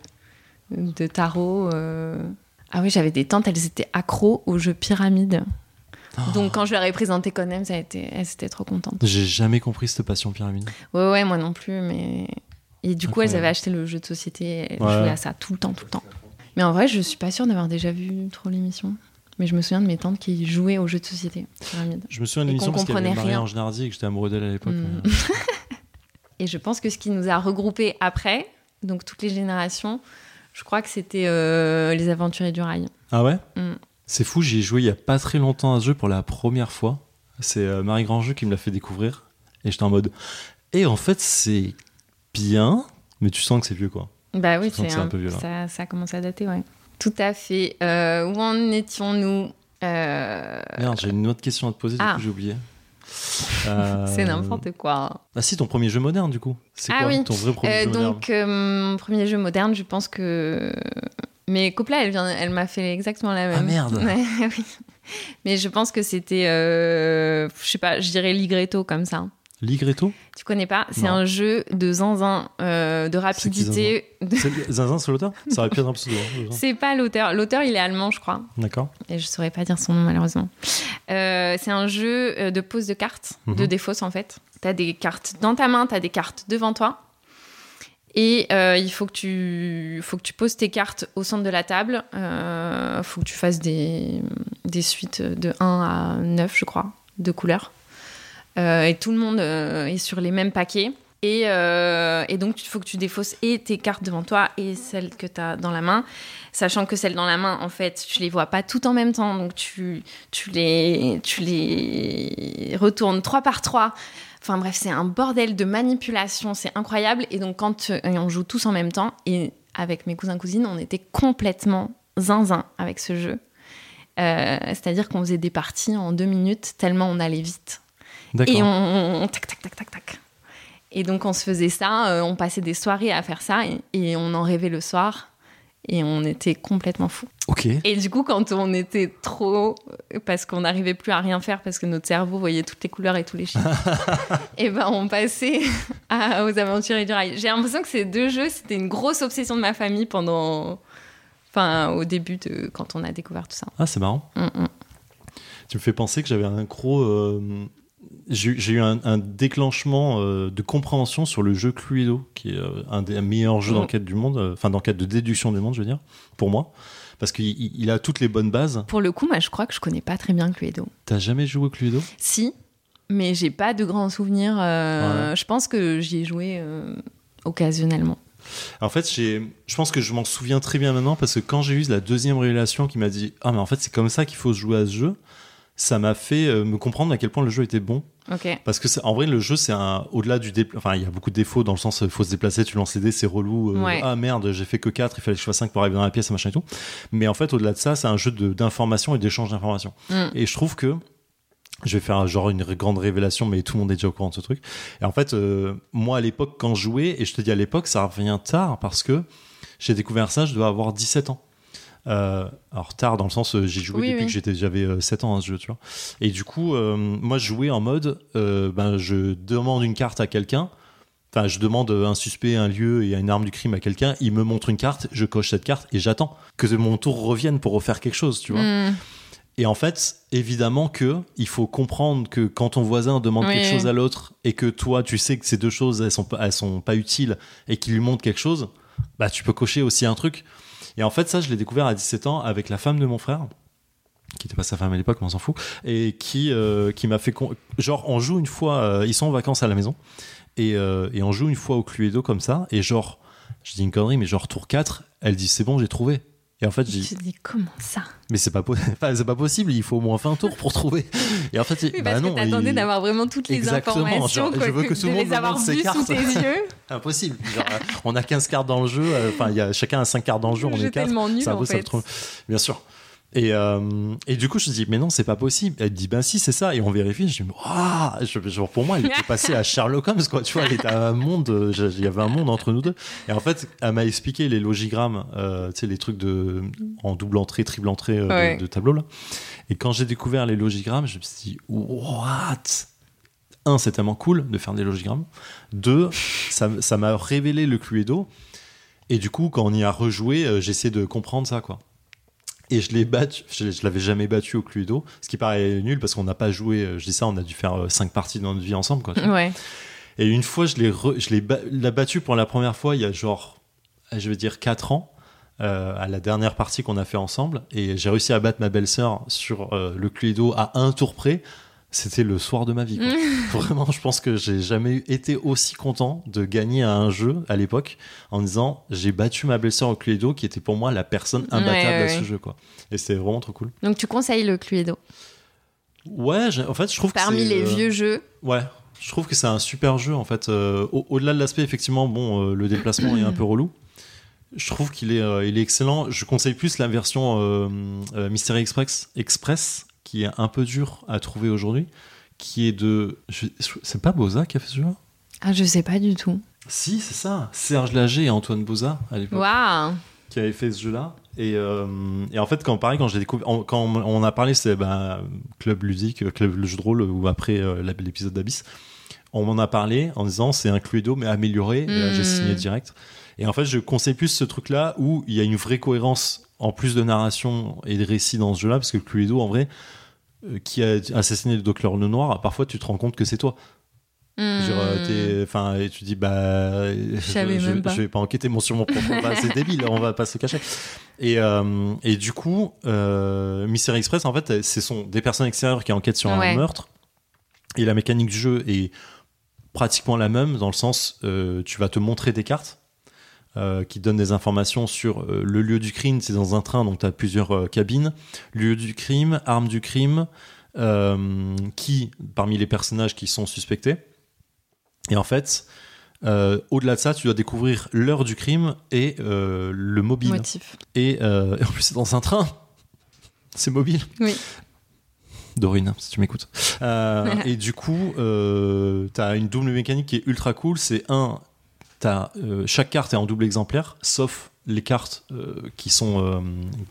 tarot... Ah oui, j'avais des tantes, elles étaient accros au jeu pyramide. Oh. Donc, quand je leur ai présenté Conem, elles étaient trop contentes. J'ai jamais compris cette passion pyramide. Ouais, moi non plus, mais... Et du coup, elles avaient acheté le jeu de société, elles jouaient à ça tout le temps. Mais en vrai, je suis pas sûre d'avoir déjà vu trop l'émission. Mais je me souviens de mes tantes qui jouaient aux jeux de société, pyramide. Je me souviens de l'émission parce qu'il y avait Marie-Ange Nardi et que j'étais amoureux d'elle à l'époque. Et je pense que ce qui nous a regroupés après, donc toutes les générations, je crois que c'était les Aventuriers du Rail. Ah ouais? C'est fou, j'y ai joué il y a pas très longtemps à ce jeu pour la première fois. C'est Marie Grandjeu qui me l'a fait découvrir. Et j'étais en mode... Et en fait, c'est bien, mais tu sens que c'est vieux, quoi. Bah oui, c'est un peu vieux, là. Ça commence à dater, ouais. Tout à fait. Où en étions-nous Merde, j'ai une autre question à te poser, du coup j'ai oublié. C'est n'importe quoi. Ah si, ton premier jeu moderne, du coup. C'est quoi ton vrai premier jeu moderne? Donc, mon premier jeu moderne, je pense que... Mais Copla, elle m'a fait exactement la même. Ah merde. Ouais, oui. Mais je pense que c'était... je sais pas, je dirais Ligretto, comme ça. Ligretto? Tu connais pas? C'est un jeu de zinzin, de rapidité. C'est Zinzin, c'est l'auteur? Ça aurait pu être un pseudo. C'est pas l'auteur. L'auteur, il est allemand, je crois. D'accord. Et je saurais pas dire son nom, malheureusement. C'est un jeu de pose de cartes, de défausse, en fait. T'as des cartes dans ta main, t'as des cartes devant toi. Et il faut que tu poses tes cartes au centre de la table. Faut que tu fasses des suites de 1 à 9, je crois, de couleurs. Et tout le monde est sur les mêmes paquets. Et donc, il faut que tu défausses et tes cartes devant toi et celles que tu as dans la main. Sachant que celles dans la main, en fait, tu les vois pas toutes en même temps. Donc, tu les retournes 3 par 3. Enfin bref, c'est un bordel de manipulation. C'est incroyable. Et donc, quand on joue tous en même temps, et avec mes cousins-cousines, on était complètement zinzin avec ce jeu. C'est-à-dire qu'on faisait des parties en 2 minutes tellement on allait vite. D'accord. Et on tac, tac, tac, tac, tac. Et donc, on se faisait ça, on passait des soirées à faire ça, et on en rêvait le soir, et on était complètement fous. Ok. Et du coup, quand on était trop... Parce qu'on n'arrivait plus à rien faire, parce que notre cerveau voyait toutes les couleurs et tous les chiffres, et ben on passait aux Aventuriers du Rail. J'ai l'impression que ces 2 jeux, c'était une grosse obsession de ma famille au début, quand on a découvert tout ça. Ah, c'est marrant. Tu me fais penser que j'avais un gros... J'ai eu un déclenchement de compréhension sur le jeu Cluedo, qui est un des meilleurs jeux d'enquête du monde, d'enquête de déduction du monde, je veux dire, pour moi, parce qu'il a toutes les bonnes bases. Pour le coup, moi, je crois que je connais pas très bien Cluedo. T'as jamais joué au Cluedo? Si, mais j'ai pas de grands souvenirs. Je pense que j'y ai joué occasionnellement. En fait, je pense que je m'en souviens très bien maintenant, parce que quand j'ai eu la deuxième révélation qui m'a dit « Ah, mais en fait, c'est comme ça qu'il faut se jouer à ce jeu », ça m'a fait me comprendre à quel point le jeu était bon. Parce que en vrai, le jeu, c'est au-delà du enfin, il y a beaucoup de défauts dans le sens, il faut se déplacer, tu lances les dés, c'est relou. Ah merde, j'ai fait que 4, il fallait que je fasse 5 pour arriver dans la pièce, machin et tout. Mais en fait, au-delà de ça, c'est un jeu d'information et d'échange d'informations. Et je trouve que je vais faire genre une grande révélation, mais tout le monde est déjà au courant de ce truc. Et en fait, moi, à l'époque, quand je jouais, et je te dis à l'époque, ça revient tard parce que j'ai découvert ça, je dois avoir 17 ans. Alors tard dans le sens j'ai joué depuis que j'avais 7 ans à ce jeu, tu vois. Et du coup moi je jouais en mode je demande une carte à quelqu'un, enfin je demande un suspect, un lieu et une arme du crime à quelqu'un, il me montre une carte, je coche cette carte et j'attends que mon tour revienne pour refaire quelque chose, tu vois. Et en fait évidemment que il faut comprendre que quand ton voisin demande quelque chose à l'autre et que toi tu sais que ces deux choses elles sont pas utiles et qu'il lui montre quelque chose, bah tu peux cocher aussi un truc. Et en fait, ça, je l'ai découvert à 17 ans avec la femme de mon frère, qui n'était pas sa femme à l'époque, mais on s'en fout, et qui m'a fait... Genre, on joue une fois... ils sont en vacances à la maison, et on joue une fois au Cluedo comme ça, et genre, je dis une connerie, mais genre tour 4, elle dit, c'est bon, j'ai trouvé. Et en fait, je dis comment ça ? Mais c'est pas possible, il faut au moins 20 tours pour trouver. Et en fait, parce que t'attendais d'avoir vraiment toutes les informations, genre, je veux que tout le monde me montre ses cartes. Sous tes yeux. Impossible. Genre, on a 15 cartes dans le jeu, chacun a 5 cartes dans le jeu, on est 4. Nul, c'est impossible. Bien sûr. Et du coup, je dis, mais non, c'est pas possible. Elle dit, ben si, c'est ça. Et on vérifie. Je dis, genre, pour moi, elle était passée à Sherlock Holmes, quoi. Tu vois, elle était à un monde, il y avait un monde entre nous deux. Et en fait, elle m'a expliqué les logigrammes, tu sais, les trucs en double entrée, triple entrée de tableau, là. Et quand j'ai découvert les logigrammes, je me suis dit, what? 1, c'est tellement cool de faire des logigrammes. 2, ça m'a révélé le Cluedo. Et du coup, quand on y a rejoué, j'essaie de comprendre ça, quoi. Et je l'avais jamais battu au Cluedo, ce qui paraît nul parce qu'on n'a pas joué, je dis ça, on a dû faire 5 parties dans notre vie ensemble, quoi. Ouais. Et une fois, je l'ai battu pour la première fois il y a genre, je veux dire 4 ans, à la dernière partie qu'on a fait ensemble, et j'ai réussi à battre ma belle-sœur sur le Cluedo à un tour près. C'était le soir de ma vie, quoi. Vraiment, je pense que j'ai jamais été aussi content de gagner à un jeu à l'époque en disant j'ai battu ma belle-sœur au Cluedo qui était pour moi la personne imbattable à ce jeu, quoi. Et c'était vraiment trop cool. Donc tu conseilles le Cluedo? Ouais, en fait, je trouve parmi que c'est les vieux jeux. Ouais, je trouve que c'est un super jeu en fait. Au-delà de l'aspect effectivement, le déplacement est un peu relou. Je trouve qu'il est excellent. Je conseille plus la version Mystery Express qui est un peu dur à trouver aujourd'hui, qui est c'est pas Boza qui a fait ce jeu? Ah, je sais pas du tout. Si, c'est ça. Serge Lager et Antoine Boza, à l'époque. Waouh! Qui avaient fait ce jeu-là. Et en fait, quand j'ai découvert... Quand on a parlé, c'est Club Ludique, Club le jeu de rôle, ou après l'épisode d'Abyss, on m'en a parlé en disant c'est un Cluedo, mais amélioré. Et là, j'ai signé direct. Et en fait, je conseille plus ce truc-là où il y a une vraie cohérence en plus de narration et de récit dans ce jeu-là, parce que le Cluedo, en vrai, qui a assassiné le docteur Lenoir, parfois tu te rends compte que c'est toi. Et tu dis je vais pas enquêter sur mon propre. C'est débile, on va pas se cacher. Et du coup, Mystery Express, en fait, ce sont des personnes extérieures qui enquêtent sur un meurtre. Et la mécanique du jeu est pratiquement la même, dans le sens tu vas te montrer des cartes qui donnent des informations sur le lieu du crime. C'est dans un train, donc tu as plusieurs cabines. Lieu du crime, arme du crime, qui parmi les personnages qui sont suspectés. Et en fait, au-delà de ça, tu dois découvrir l'heure du crime et le mobile. Motif. Et en plus, c'est dans un train. C'est mobile. Oui. Dorine, si tu m'écoutes. Et du coup, t'as une double mécanique qui est ultra cool. C'est chaque carte est en double exemplaire, sauf les cartes qui sont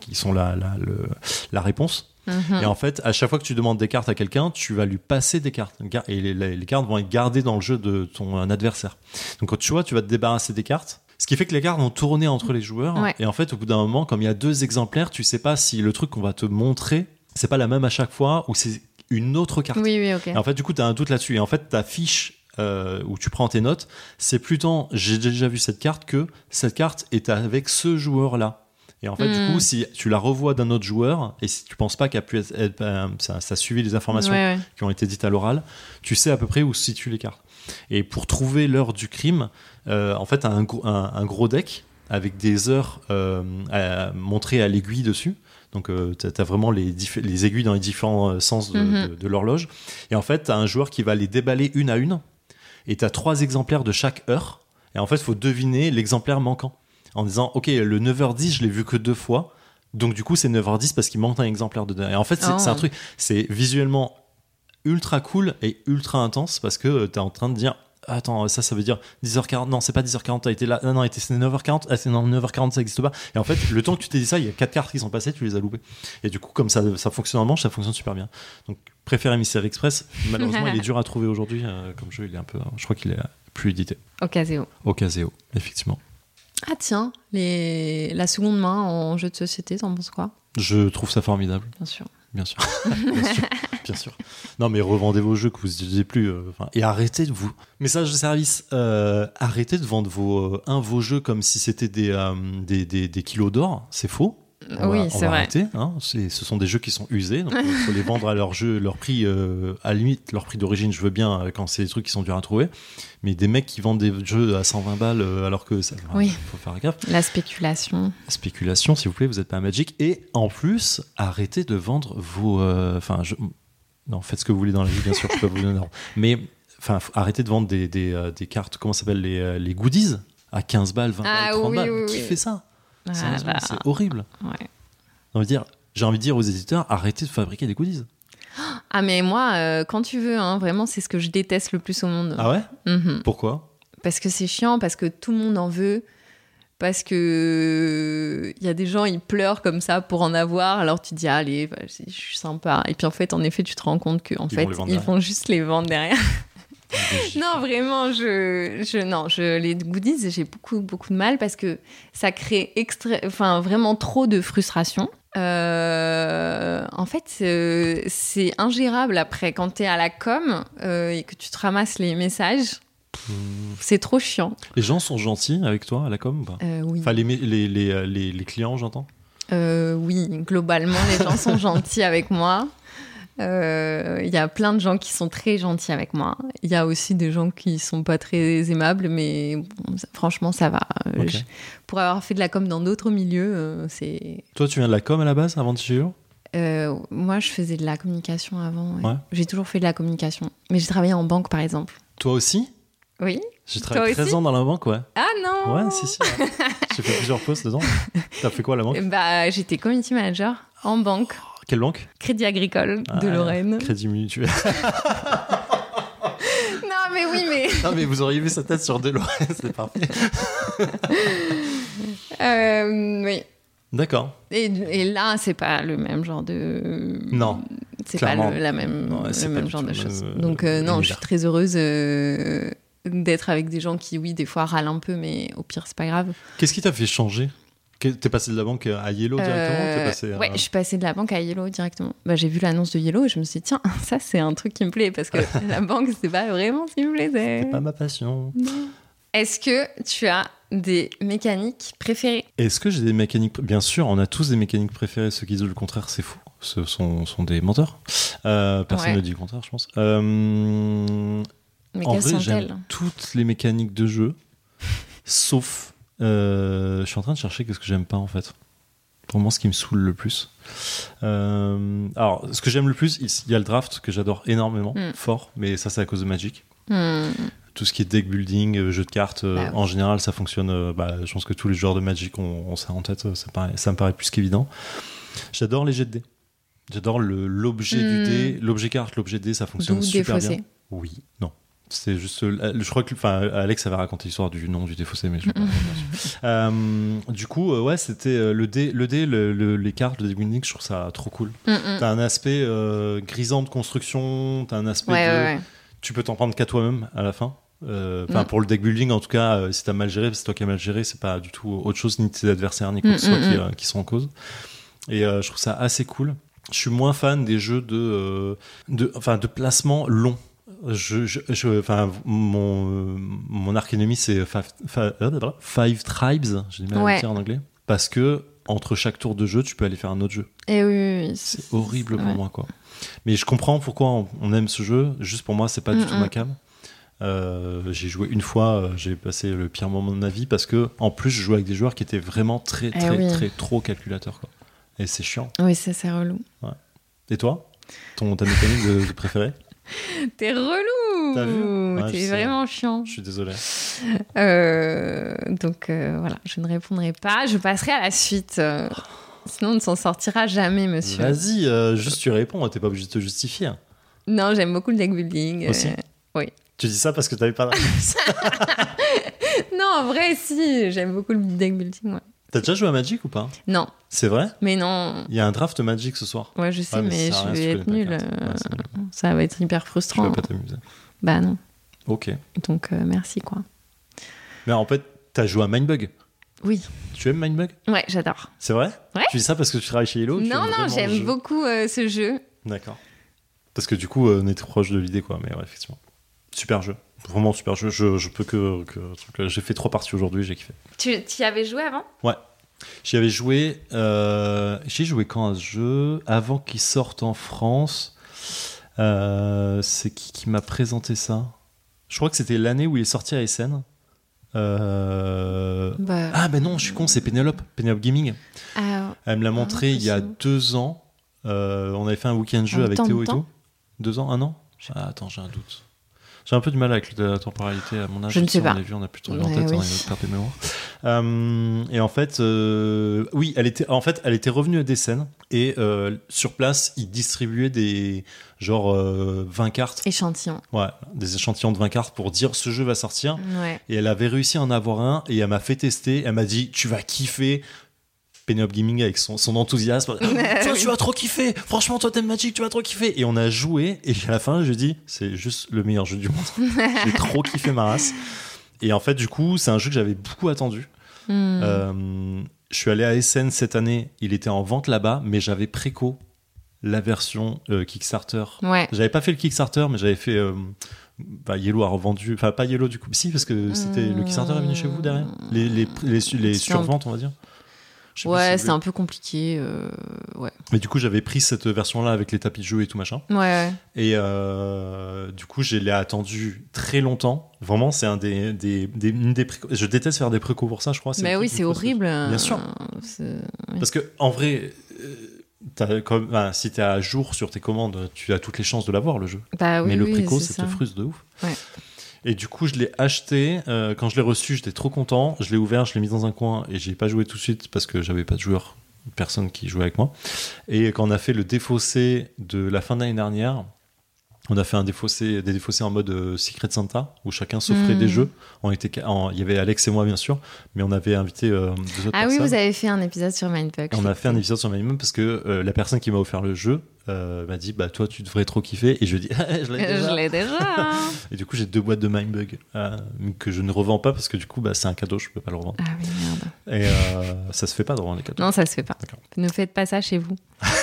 la réponse. Et en fait, à chaque fois que tu demandes des cartes à quelqu'un, tu vas lui passer des cartes. Et les cartes vont être gardées dans le jeu de ton adversaire. Donc, quand tu vois, tu vas te débarrasser des cartes. Ce qui fait que les cartes vont tourner entre les joueurs. Ouais. Et en fait, au bout d'un moment, comme il y a 2 exemplaires, tu sais pas si le truc qu'on va te montrer, c'est pas la même à chaque fois ou c'est une autre carte. Oui, ok. Et en fait, du coup, tu as un doute là-dessus. Et en fait, ta fiche où tu prends tes notes, c'est plus tant j'ai déjà vu cette carte que cette carte est avec ce joueur-là. Et en fait, du coup, si tu la revois d'un autre joueur et si tu penses pas qu'elle pu ça a suivi les informations qui ont été dites à l'oral, tu sais à peu près où se situent les cartes. Et pour trouver l'heure du crime, en fait, un gros deck avec des heures montrées à l'aiguille dessus. Donc, t'as vraiment les aiguilles dans les différents sens de l'horloge. Et en fait, t'as un joueur qui va les déballer une à une. Et t'as 3 exemplaires de chaque heure. Et en fait, il faut deviner l'exemplaire manquant. En disant, OK, le 9h10, je l'ai vu que 2 fois. Donc, du coup, c'est 9h10 parce qu'il manque un exemplaire dedans. Et en fait, c'est un truc, c'est visuellement ultra cool et ultra intense parce que t'es en train de dire, attends, ça veut dire 10h40. Non, c'est pas 10h40, t'as été là. Non, c'est 9h40. Ah, c'est non, 9h40, ça n'existe pas. Et en fait, le temps que tu t'es dit ça, il y a 4 cartes qui sont passées, tu les as loupées. Et du coup, comme ça fonctionne en manche, ça fonctionne super bien. Donc, préféré Mystery Express. Malheureusement, il est dur à trouver aujourd'hui. Comme jeu, il est un peu. Je crois qu'il est plus édité. Ocaseo, effectivement. Ah tiens, la seconde main en jeu de société, t'en penses quoi ? Je trouve ça formidable. Bien sûr. Bien sûr. Non, mais revendez vos jeux que vous n'utilisez plus. Et arrêtez de vous. Message de service. Arrêtez de vendre vos jeux comme si c'était des kilos d'or. C'est faux. On va arrêter, hein. Ce sont des jeux qui sont usés, donc il faut les vendre à leur prix, à la limite leur prix d'origine, je veux bien quand c'est des trucs qui sont durs à trouver, mais des mecs qui vendent des jeux à 120 balles alors que ça, faut faire gaffe. La spéculation, s'il vous plaît, vous n'êtes pas un Magic. Et en plus, arrêtez de vendre vos... non, faites ce que vous voulez dans la vie, bien sûr, je peux vous donner. Mais arrêtez de vendre des cartes, comment ça s'appelle, les goodies à 15 balles, 20 balles, 30 balles. Qui fait ça ? C'est horrible. Ouais. J'ai envie de dire aux éditeurs, arrêtez de fabriquer des goodies. Ah mais moi, quand tu veux, hein, vraiment, c'est ce que je déteste le plus au monde. Ah ouais ? Pourquoi ? Parce que c'est chiant, parce que tout le monde en veut, parce que il y a des gens, ils pleurent comme ça pour en avoir, alors tu dis, allez, je suis sympa. Et puis en fait, tu te rends compte qu'en fait, ils vont juste les vendre derrière. Non, vraiment, les goodies, j'ai beaucoup de mal parce que ça crée vraiment trop de frustration. En fait, c'est ingérable après quand t'es à la com et que tu te ramasses les messages. C'est trop chiant. Les gens sont gentils avec toi à la com ou pas ? Oui. Enfin, les clients, j'entends ? Oui, globalement, les gens sont gentils avec moi. Il y a plein de gens qui sont très gentils avec moi. Il y a aussi des gens qui sont pas très aimables, mais bon, franchement, ça va. Okay. Pour avoir fait de la com dans d'autres milieux, c'est... Toi, tu viens de la com à la base, avant de chez eux ? Moi, je faisais de la communication avant. Ouais. J'ai toujours fait de la communication. Mais j'ai travaillé en banque, par exemple. Toi aussi ? Oui. J'ai travaillé 13 ans dans la banque, ouais. Ah non ! Ouais, si. Ouais. J'ai fait plusieurs postes dedans. T'as fait quoi à la banque ? J'étais community manager en banque. Quelle banque ? Crédit Agricole de Lorraine. Crédit Mutuel. Non, mais vous auriez vu sa tête sur de Lorraine, c'est parfait. Oui. D'accord. Et là, c'est pas le même genre de... Non. C'est clairement. Pas le même genre de choses. Donc, non, je suis très heureuse d'être avec des gens qui, oui, des fois râlent un peu, mais au pire, c'est pas grave. Qu'est-ce qui t'a fait changer ? T'es passé de la banque à Yellow directement ? Ouais, je suis passée de la banque à Yellow directement. J'ai vu l'annonce de Yellow et je me suis dit, tiens, ça, c'est un truc qui me plaît parce que la banque, c'est pas vraiment ce qui me plaisait. C'était pas ma passion. Non. Est-ce que tu as des mécaniques préférées ? Est-ce que j'ai des mécaniques Bien sûr, on a tous des mécaniques préférées. Ceux qui disent le contraire, c'est faux. Ce sont des menteurs. Personne ne dit le contraire, je pense. Mais en quelles vrai, sont-elles ? j'aime toutes les mécaniques de jeu, sauf... je suis en train de chercher qu'est-ce que j'aime pas en fait. Vraiment ce qui me saoule le plus. Alors, ce que j'aime le plus, il y a le draft que j'adore énormément, fort, mais ça c'est à cause de Magic. Tout ce qui est deck building, jeu de cartes, en général ça fonctionne. Je pense que tous les joueurs de Magic ont ça en tête, ça me paraît plus qu'évident. J'adore les jets de dés. J'adore l'objet du dé, l'objet carte, l'objet dé, ça fonctionne super bien. Oui, non. C'est juste, je crois que, Alex avait raconté l'histoire du nom du défaussé, mais je vais pas. Du coup, ouais, c'était le dé, les cartes, le deck building, je trouve ça trop cool. T'as un aspect grisant de construction, t'as un aspect tu peux t'en prendre qu'à toi-même à la fin. Pour le deck building, en tout cas, si t'as mal géré, c'est toi qui as mal géré, c'est pas du tout autre chose, ni tes adversaires, ni quoi que ce soit qui sont en cause. Et je trouve ça assez cool. Je suis moins fan des jeux de placement long. Mon arc ennemi c'est Five Tribes, j'ai du mal à le dire en anglais, parce que entre chaque tour de jeu tu peux aller faire un autre jeu. Et oui, c'est horrible pour moi quoi. Mais je comprends pourquoi on aime ce jeu. Juste pour moi c'est pas du tout ma cam. J'ai joué une fois, j'ai passé le pire moment de ma vie parce que en plus je jouais avec des joueurs qui étaient vraiment très trop calculateurs quoi. Et c'est chiant. Oui, ça, c'est relou. Ouais. Et toi, ta mécanique de préférée? T'es relou. T'as vu? Ouais, T'es vraiment chiant. Je suis désolé. Donc voilà, je ne répondrai pas. Je passerai à la suite. Sinon, on ne s'en sortira jamais, monsieur. Vas-y, juste tu réponds. T'es pas obligé de te justifier. Non, j'aime beaucoup le deck building. Aussi oui. Tu dis ça parce que t'avais pas de réponse. Non, en vrai, si. J'aime beaucoup le deck building, ouais. T'as déjà joué à Magic ou pas? Non. C'est vrai? Mais non. Il y a un draft Magic ce soir. Ouais, je sais, mais je vais être nulle. Ça va être hyper frustrant. Tu vas pas t'amuser. Bah non. Ok. Donc merci, quoi. Mais en fait, t'as joué à Mindbug? Oui. Tu aimes Mindbug? Ouais, j'adore. C'est vrai? Ouais. Tu dis ça parce que tu travailles chez Hello? Non, j'aime beaucoup ce jeu. D'accord. Parce que du coup, on est proche de l'idée, quoi. Mais ouais, effectivement. Super jeu. Vraiment super jeu. Je peux que j'ai fait 3 parties aujourd'hui, j'ai kiffé. Tu y avais joué avant? Ouais. J'y avais joué. J'ai joué quand à ce jeu? Avant qu'il sorte en France. C'est qui m'a présenté ça? Je crois que c'était l'année où il est sorti à SN. Ah ben non, je suis con, c'est Pénélope Gaming. Elle me l'a montré il y a 2 ans. On avait fait un week-end jeu avec Théo et tout. 2 ans, 1 an? Attends, j'ai un doute. J'ai un peu du mal avec la temporalité à mon âge. Je ne sais pas. On a plutôt en tête, on a une perte de mémoire. Et en fait, oui, elle était revenue à des scènes et sur place, ils distribuaient des 20 cartes. Échantillons. Ouais, des échantillons de 20 cartes pour dire ce jeu va sortir. Ouais. Et elle avait réussi à en avoir un et elle m'a fait tester. Elle m'a dit tu vas kiffer. Pénélope Gaming avec son enthousiasme. Toi, tu vas trop kiffer. Franchement, toi, t'aimes Magic, tu vas trop kiffer. Et on a joué. Et à la fin, je dis, c'est juste le meilleur jeu du monde. J'ai trop kiffé ma race. Et en fait, du coup, c'est un jeu que j'avais beaucoup attendu. Je suis allé à SN cette année. Il était en vente là-bas, mais j'avais préco la version Kickstarter. Ouais. J'avais pas fait le Kickstarter, mais j'avais fait. Yellow a revendu. Enfin, pas Yellow du coup. Si, parce que c'était le Kickstarter est venu chez vous derrière. Les surventes, on va dire. Ouais, c'est un peu compliqué. Ouais. Mais du coup, j'avais pris cette version-là avec les tapis de jeu et tout machin. Ouais. Et du coup, je l'ai attendu très longtemps. Vraiment, c'est une des préco. Je déteste faire des précos pour ça, je crois. Mais oui, c'est horrible. Bien sûr. Parce que en vrai, si t'es à jour sur tes commandes, tu as toutes les chances de l'avoir le jeu. Bah oui. Mais le préco, ça te frustre de ouf. Ouais. Et du coup, je l'ai acheté. Quand je l'ai reçu, j'étais trop content. Je l'ai ouvert, je l'ai mis dans un coin et j'ai pas joué tout de suite parce que j'avais pas de joueur, personne qui jouait avec moi. Et quand on a fait le défaussé de la fin de l'année dernière, on a fait des défaussés en mode Secret Santa où chacun s'offrait des jeux. Il y avait Alex et moi bien sûr, mais on avait invité 2 autres personnes. Ah oui, vous avez fait un épisode sur Mindfuck. On a fait un épisode sur Mindfuck parce que la personne qui m'a offert le jeu m'a dit bah toi tu devrais trop kiffer et je lui ai dit je l'ai déjà. Et du coup j'ai 2 boîtes de Mindbug que je ne revends pas parce que du coup c'est un cadeau, je peux pas le revendre. Ah oui, merde. Et ça se fait pas de revendre les cadeaux. Non, ça se fait pas. D'accord. Ne faites pas ça chez vous.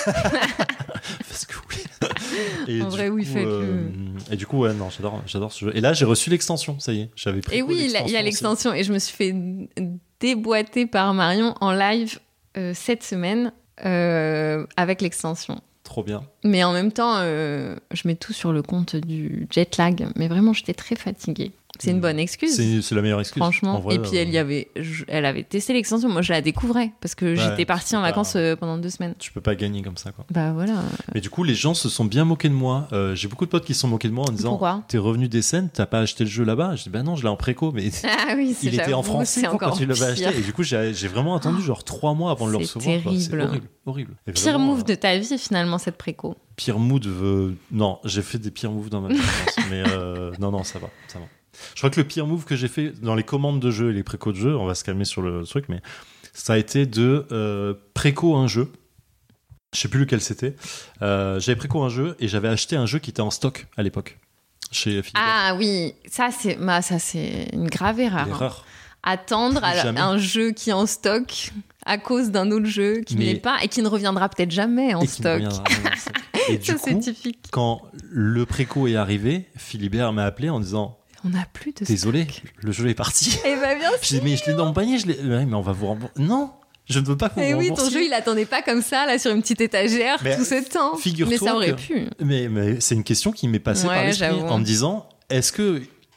Parce que oui. Et en vrai, oui, faites-le. Et du coup, ouais, non, j'adore ce jeu. Et là, j'ai reçu l'extension, ça y est. J'avais pris. Et oui, il y a l'extension. Et je me suis fait déboîter par Marion en live cette semaine avec l'extension. Trop bien. Mais en même temps, je mets tout sur le compte du jet lag. Mais vraiment, j'étais très fatiguée. C'est une bonne excuse. C'est la meilleure excuse. Franchement. Vrai, et puis elle avait testé l'extension. Moi, je la découvrais parce que j'étais partie en vacances pendant 2 semaines. Tu peux pas gagner comme ça, quoi. Bah voilà. Mais du coup, les gens se sont bien moqués de moi. J'ai beaucoup de potes qui se sont moqués de moi en disant pourquoi t'es revenu des scènes, t'as pas acheté le jeu là-bas? Je dis bah non, je l'ai en préco, mais ah oui, il était en français quand tu l'avais acheté. Et du coup, j'ai vraiment attendu 3 mois avant de le recevoir. C'est horrible. Et pire vraiment, move de ta vie finalement cette préco. Pire mood, non, j'ai fait des pires moves dans ma vie, je pense. Mais non, ça va. Je crois que le pire move que j'ai fait dans les commandes de jeu et les précos de jeu, on va se calmer sur le truc, mais ça a été de préco un jeu. Je sais plus lequel c'était. J'avais préco un jeu et j'avais acheté un jeu qui était en stock à l'époque chez Philibert. Ah oui, ça c'est une grave erreur. Attendre un jeu qui est en stock à cause d'un autre jeu qui n'est pas et qui ne reviendra peut-être jamais en stock. Et du coup, c'est typique. Quand le préco est arrivé, Philibert m'a appelé en disant on n'a plus de désolé, stock. Le jeu est parti. Et bah bien sûr. Je dis mais je l'ai dans mon panier, mais on va vous rembourser. Non, je ne veux pas que vous me remboursiez. Oui, ton jeu il attendait pas comme ça là sur une petite étagère tout ce temps. Figure-toi mais ça aurait pu. Mais c'est une question qui m'est passée par l'esprit en me disant est-ce que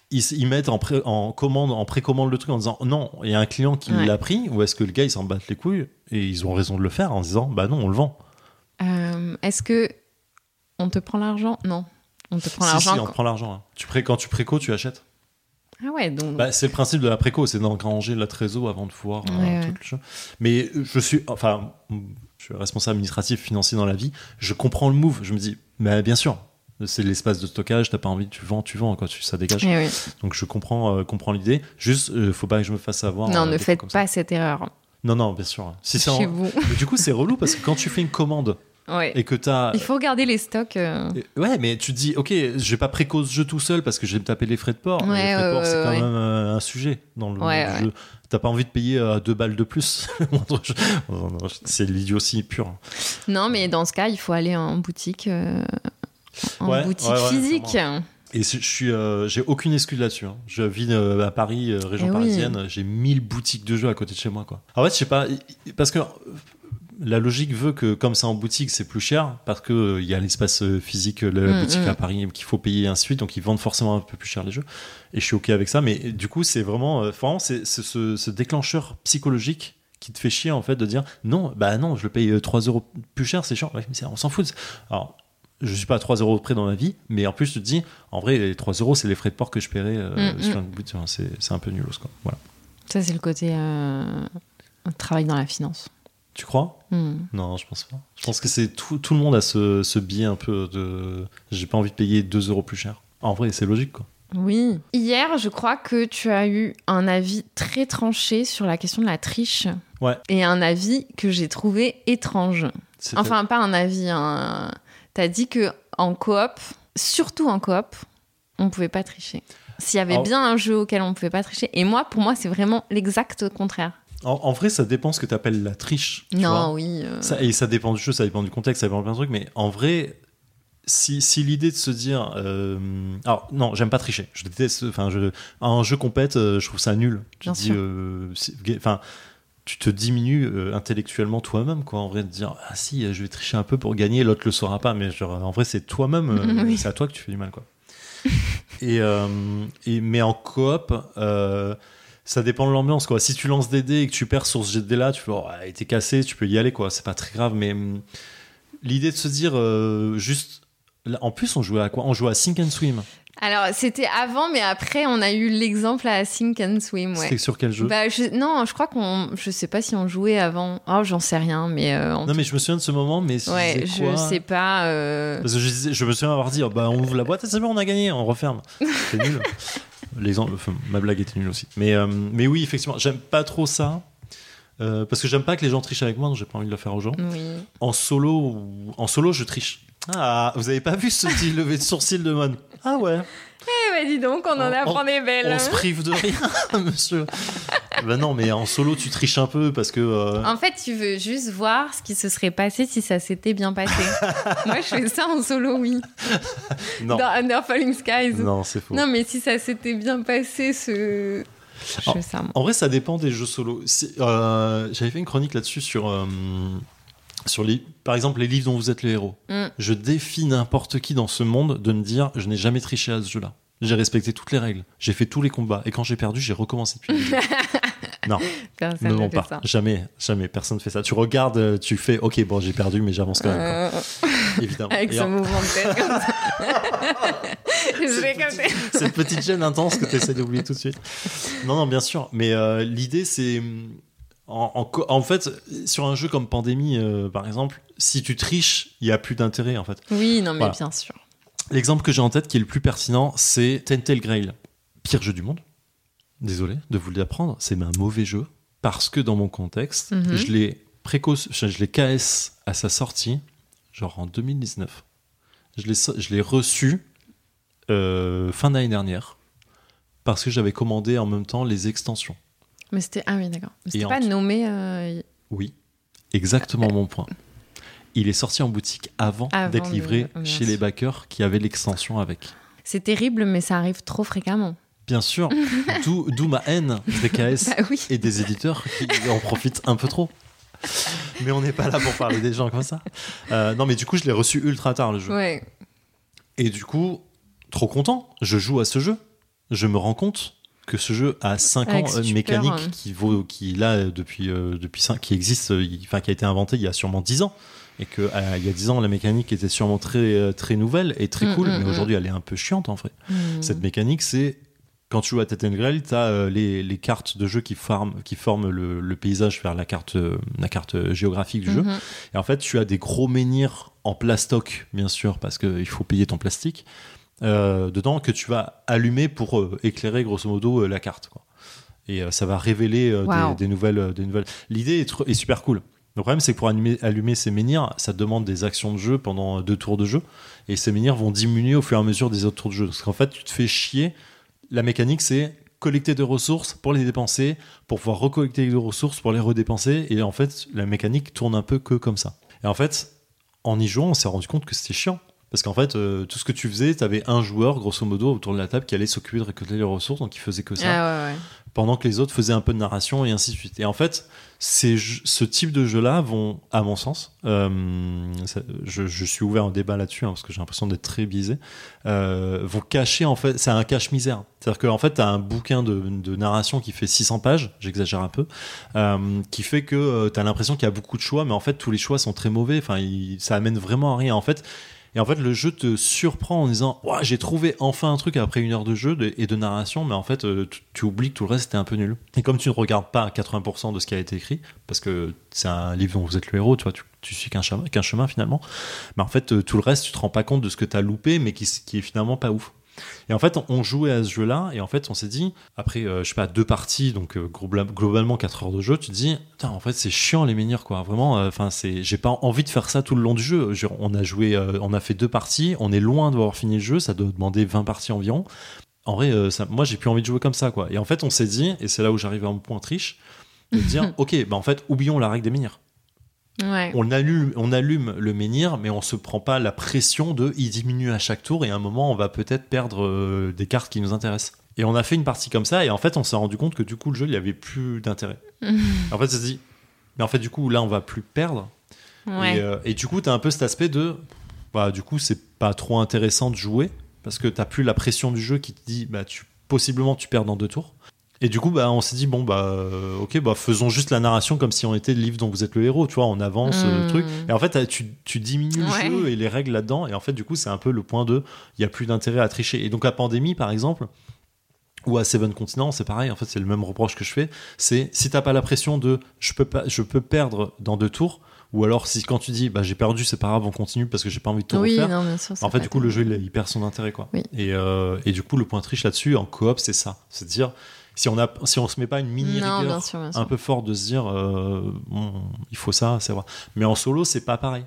ils mettent en précommande le truc en disant non, il y a un client qui l'a pris, ou est-ce que le gars il s'en bat les couilles et ils ont raison de le faire en disant bah non, on le vend. Est-ce que on te prend l'argent? Non, on te prend l'argent. Si, on prend l'argent. Hein. Quand tu préco, tu achètes. Ah ouais, donc. C'est le principe de la préco, c'est d'engranger la trésor avant de pouvoir tout le jeu. Mais je suis responsable administratif financier dans la vie, je comprends le move, je me dis mais bien sûr. C'est l'espace de stockage, t'as pas envie, tu vends, quoi, ça dégage. Oui. Donc je comprends l'idée. Juste, faut pas que je me fasse avoir. Non, ne faites pas cette erreur. Non, bien sûr. Si chez vous. Mais du coup, c'est relou parce que quand tu fais une commande et que t'as. Il faut regarder les stocks. Ouais, mais tu te dis, ok, je vais pas préco ce jeu tout seul parce que je vais me taper les frais de port. Ouais, les frais de port, c'est quand même un sujet dans le jeu. T'as pas envie de payer 2 balles de plus. C'est l'idiotie pure. Non, mais dans ce cas, il faut aller en boutique. Boutique physique. Vraiment. Et j'ai aucune excuse là-dessus. Hein. Je vis à Paris, région parisienne. J'ai 1000 boutiques de jeux à côté de chez moi, quoi. En fait, je sais pas, parce que la logique veut que comme c'est en boutique, c'est plus cher parce que il y a l'espace physique, la boutique à Paris qu'il faut payer et ainsi de suite. Donc ils vendent forcément un peu plus cher les jeux. Et je suis ok avec ça. Mais du coup, c'est vraiment c'est ce déclencheur psychologique qui te fait chier en fait de dire non, je le paye 3 € plus cher, c'est chiant. Ouais, mais on s'en fout. Alors je suis pas à 3 € près dans ma vie, mais en plus tu te dis en vrai les 3 € c'est les frais de port que je paierais sur une boutique. C'est un peu nulos, quoi. Voilà. Ça c'est le côté travail dans la finance. Tu crois? Non, je pense pas. Je pense que c'est tout le monde a ce biais un peu de j'ai pas envie de payer 2 € plus cher. En vrai, c'est logique, quoi. Oui. Hier, je crois que tu as eu un avis très tranché sur la question de la triche. Ouais. Et un avis que j'ai trouvé étrange. Enfin, pas un avis. T'as dit que en coop, surtout en coop, on pouvait pas tricher. S'il y avait bien un jeu auquel on pouvait pas tricher. Et moi, pour moi, c'est vraiment l'exact contraire. En vrai, ça dépend ce que tu appelles la triche. Non, oui. Et ça dépend du jeu, ça dépend du contexte, ça dépend de plein de trucs. Mais en vrai, si l'idée de se dire... Alors, non, j'aime pas tricher. Je déteste... un jeu compète, je trouve ça nul. Tu te diminues intellectuellement toi-même, quoi. En vrai, de dire, ah si, je vais tricher un peu pour gagner, l'autre le saura pas. Mais genre, en vrai, c'est toi-même, c'est à toi que tu fais du mal, quoi. Mais en coop... ça dépend de l'ambiance, quoi. Si tu lances des dés et que tu perds sur ce jet de dés là, tu fais il était cassé, tu peux y aller, quoi. C'est pas très grave, mais l'idée de se dire juste. En plus, on jouait à quoi? On jouait à Sink and Swim. Alors, c'était avant, mais après, on a eu l'exemple à Sink and Swim. Ouais. C'était sur quel jeu? Non, je crois je sais pas si on jouait avant. Oh, j'en sais rien, mais. Mais je me souviens de ce moment, mais ouais, je sais pas. Parce que je me souviens avoir dit, on ouvre la boîte, c'est bon, on a gagné, on referme. C'est nul. Ma blague était nulle aussi. Mais oui, effectivement, j'aime pas trop ça. Parce que j'aime pas que les gens trichent avec moi, donc j'ai pas envie de le faire aux gens. Oui. En solo, je triche. Ah, vous avez pas vu ce petit lever de sourcil de Mon? Ah ouais. Dis donc, on en apprend des belles. On se prive de rien, monsieur. Non, mais en solo, tu triches un peu parce que... En fait, tu veux juste voir ce qui se serait passé si ça s'était bien passé. Moi, je fais ça en solo, oui. Non. Dans Under Falling Skies. Non, c'est faux. Non, mais si ça s'était bien passé, je fais ça. En vrai, ça dépend des jeux solo. J'avais fait une chronique là-dessus sur par exemple les livres dont vous êtes les héros. Je défie n'importe qui dans ce monde de me dire je n'ai jamais triché à ce jeu-là. J'ai respecté toutes les règles, j'ai fait tous les combats et quand j'ai perdu j'ai recommencé depuis le début. Non, personne ne mens pas. Ça. Jamais personne ne fait ça. Tu regardes, tu fais ok bon j'ai perdu mais j'avance quand même. Évidemment. Avec ce mouvement de tête comme ça. Je l'ai capté. Cette petite gêne intense que tu essaies d'oublier tout de suite. Non bien sûr, mais l'idée c'est en fait, sur un jeu comme Pandémie, par exemple, si tu triches, il n'y a plus d'intérêt, en fait. Oui, non, mais voilà. Bien sûr. L'exemple que j'ai en tête, qui est le plus pertinent, c'est Tentel Grail. Pire jeu du monde. Désolé de vous l'apprendre, c'est un mauvais jeu. Parce que dans mon contexte, je l'ai KS à sa sortie, genre en 2019. Je l'ai reçu fin d'année dernière. Parce que j'avais commandé en même temps les extensions. Mais c'était... Ah oui, d'accord. Mais c'était pas nommé... Oui, exactement mon point. Il est sorti en boutique avant d'être livré chez les backers qui avaient l'extension avec. C'est terrible, mais ça arrive trop fréquemment. Bien sûr, d'où ma haine des KS et des éditeurs qui en profitent un peu trop. Mais on n'est pas là pour parler des gens comme ça. Non, mais du coup, je l'ai reçu ultra tard, le jeu. Ouais. Et du coup, trop content, je joue à ce jeu. je me rends compte que ce jeu a 5 ans, une mécanique qui là, depuis 5, qui existe, qui a été inventée il y a sûrement 10 ans. Et qu'il y a 10 ans, la mécanique était sûrement très, très nouvelle et très cool, mais aujourd'hui, elle est un peu chiante, en fait. Cette mécanique, c'est, quand tu joues à Tate & Grail, tu as les cartes de jeu qui forment le paysage vers la carte géographique du jeu. Et en fait, tu as des gros menhirs en plastoc, bien sûr, parce qu'il faut payer ton plastique, dedans, que tu vas allumer pour éclairer, grosso modo, la carte, quoi. Et ça va révéler des nouvelles. L'idée est super cool. Le problème, c'est que pour allumer ces menhirs, ça demande des actions de jeu pendant 2 tours de jeu. Et ces menhirs vont diminuer au fur et à mesure des autres tours de jeu. Parce qu'en fait, tu te fais chier. La mécanique, c'est collecter des ressources pour les dépenser, pour pouvoir recollecter des ressources pour les redépenser. Et en fait, la mécanique tourne un peu que comme ça. Et en fait, en y jouant, on s'est rendu compte que c'était chiant. Parce qu'en fait, tout ce que tu faisais, tu avais un joueur, grosso modo, autour de la table qui allait s'occuper de récolter les ressources. Donc, il faisait que ça. Pendant que les autres faisaient un peu de narration et ainsi de suite. Et en fait, ce type de jeux-là vont, à mon sens, je suis ouvert au débat là-dessus, parce que j'ai l'impression d'être très biaisé, vont cacher, en fait, c'est un cache-misère. C'est-à-dire qu'en fait, tu as un bouquin de narration qui fait 600 pages, j'exagère un peu, qui fait que tu as l'impression qu'il y a beaucoup de choix, mais en fait, tous les choix sont très mauvais. Enfin, ça amène vraiment à rien. En fait, et en fait, le jeu te surprend en disant « J'ai trouvé enfin un truc après 1 heure de jeu et de narration, mais en fait, tu oublies que tout le reste était un peu nul. » Et comme tu ne regardes pas 80% de ce qui a été écrit, parce que c'est un livre dont vous êtes le héros, tu suis qu'un chemin finalement, mais en fait, tout le reste, tu te rends pas compte de ce que tu as loupé, mais qui est finalement pas ouf. Et en fait, on jouait à ce jeu-là, et en fait, on s'est dit, après, 2 parties, donc globalement 4 heures de jeu, tu te dis, putain, en fait, c'est chiant les menhirs, quoi. Vraiment, j'ai pas envie de faire ça tout le long du jeu. On a fait 2 parties, on est loin d'avoir fini le jeu, ça doit demander 20 parties environ. En vrai, moi, j'ai plus envie de jouer comme ça, quoi. Et en fait, on s'est dit, et c'est là où j'arrive à mon point triche, de dire, ok, en fait, oublions la règle des menhirs. Ouais. On allume le menhir, mais on se prend pas la pression il diminue à chaque tour et à un moment on va peut-être perdre des cartes qui nous intéressent. Et on a fait une partie comme ça et en fait on s'est rendu compte que du coup le jeu il avait plus d'intérêt. En fait ça se dit, mais en fait du coup là on va plus perdre. Ouais. Et du coup t'as un peu cet aspect de, du coup c'est pas trop intéressant de jouer parce que t'as plus la pression du jeu qui te dit possiblement tu perds dans 2 tours. Et du coup, on s'est dit, ok, faisons juste la narration comme si on était le livre dont vous êtes le héros, tu vois, on avance, le truc. Et en fait, tu diminues le jeu et les règles là-dedans. Et en fait, du coup, c'est un peu le point il n'y a plus d'intérêt à tricher. Et donc, à Pandémie, par exemple, ou à Seven Continents, c'est pareil, en fait, c'est le même reproche que je fais. C'est si t'as pas la pression de je peux perdre dans 2 tours, ou alors si quand tu dis j'ai perdu, c'est pas grave, on continue parce que j'ai pas envie de tout refaire. Non, bien sûr, en fait, du coup, le jeu, il perd son intérêt, quoi. Oui. Et du coup, le point triche là-dessus, en coop, c'est ça. C'est de dire, si on se met pas une mini-rigueur bien sûr. Un peu forte de se dire il faut ça, c'est vrai. Mais en solo, c'est pas pareil.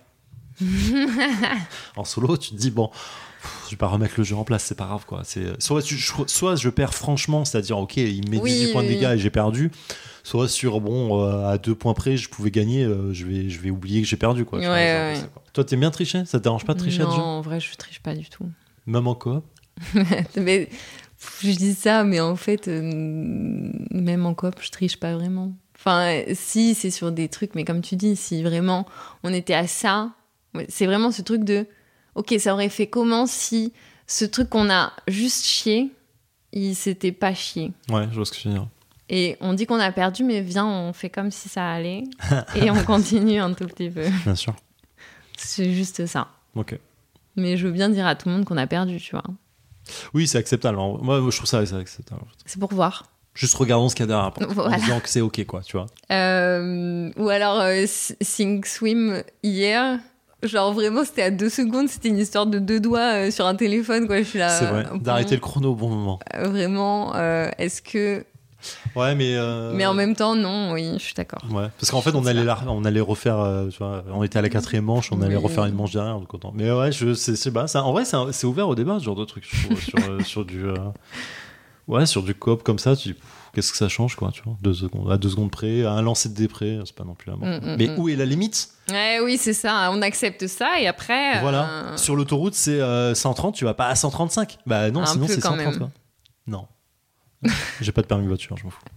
En solo, tu te dis je vais pas remettre le jeu en place, c'est pas grave, quoi. Soit je perds franchement, c'est-à-dire ok, il met 18 points de dégâts et j'ai perdu, soit sur à 2 points près je pouvais gagner, je vais oublier que j'ai perdu, quoi. Ouais. Ça, quoi. Toi t'aimes bien tricher? Ça te dérange pas de tricher? Non, en vrai je triche pas du tout. Même en coop? Mais je dis ça, mais en fait même en coop je triche pas vraiment. Enfin si, c'est sur des trucs, mais comme tu dis, si vraiment on était à ça, c'est vraiment ce truc de ok, ça aurait fait comment si ce truc qu'on a juste chié, il s'était pas chié. Ouais, je vois ce que tu veux dire. Et on dit qu'on a perdu, mais viens, on fait comme si ça allait. Et on continue un tout petit peu. Bien sûr. C'est juste ça. Ok. Mais je veux bien dire à tout le monde qu'on a perdu, tu vois. Oui, c'est acceptable. Moi, je trouve ça c'est acceptable. En fait. C'est pour voir. Juste regardons ce qu'il y a derrière. Voilà. En disant que c'est ok, quoi, tu vois. Ou alors, Sing Swim hier... Genre vraiment c'était à 2 secondes, c'était une histoire de 2 doigts sur un téléphone, quoi. Je suis là. C'est vrai, d'arrêter le chrono au bon moment. Vraiment, est-ce que... Ouais, mais en même temps, non, oui, je suis d'accord. Ouais, parce qu'en fait, on allait refaire, tu vois, on était à la 4e manche, on allait refaire une manche derrière, donc autant. Mais ouais, en vrai, c'est ouvert au débat, ce genre de truc, sur du coop comme ça, tu dis, qu'est-ce que ça change, quoi, tu vois, 2 secondes, à 2 secondes près, à un lancer de dés près, c'est pas non plus la mort. Mais où est la limite? Ouais, oui, c'est ça, on accepte ça, et après... Voilà, sur l'autoroute, c'est 130, tu vas pas à 135. Bah non, sinon c'est 130, quoi. Non. J'ai pas de permis de voiture, je m'en fous.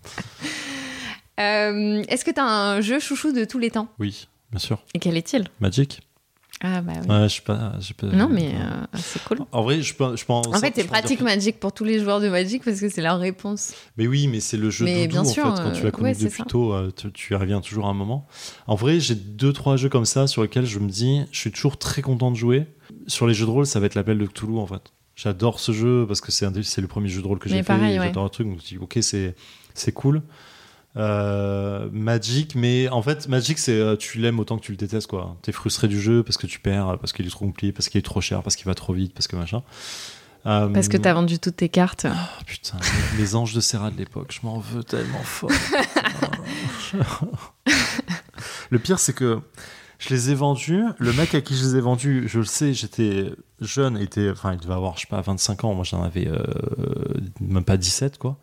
Est-ce que t'as un jeu chouchou de tous les temps? Oui, bien sûr. Et quel est-il? Magic. Ah bah oui. Ouais, je sais pas. Non, mais c'est cool. En vrai, je pense. En fait, c'est pratique Magic pour tous les joueurs de Magic parce que c'est leur réponse. Mais oui, mais c'est le jeu doudou, bien sûr, en fait. Quand tu l'as connu depuis tôt, tu y reviens toujours à un moment. En vrai, j'ai 2-3 jeux comme ça sur lesquels je me dis, je suis toujours très content de jouer. Sur les jeux de rôle, ça va être l'appel de Cthulhu, en fait. J'adore ce jeu parce que c'est le premier jeu de rôle que j'ai fait. J'adore le truc, donc je dis, ok, c'est cool. Magic, mais en fait Magic c'est tu l'aimes autant que tu le détestes quoi. T'es frustré du jeu parce que tu perds, parce qu'il est trop compliqué, parce qu'il est trop cher, parce qu'il va trop vite, parce que machin. Parce que t'as vendu toutes tes cartes. Oh, putain, les anges de Serra de l'époque, je m'en veux tellement fort. Le pire c'est que je les ai vendus, le mec à qui je les ai vendus, je le sais, j'étais jeune, il devait avoir je sais pas 25 ans, moi j'en avais même pas 17 quoi.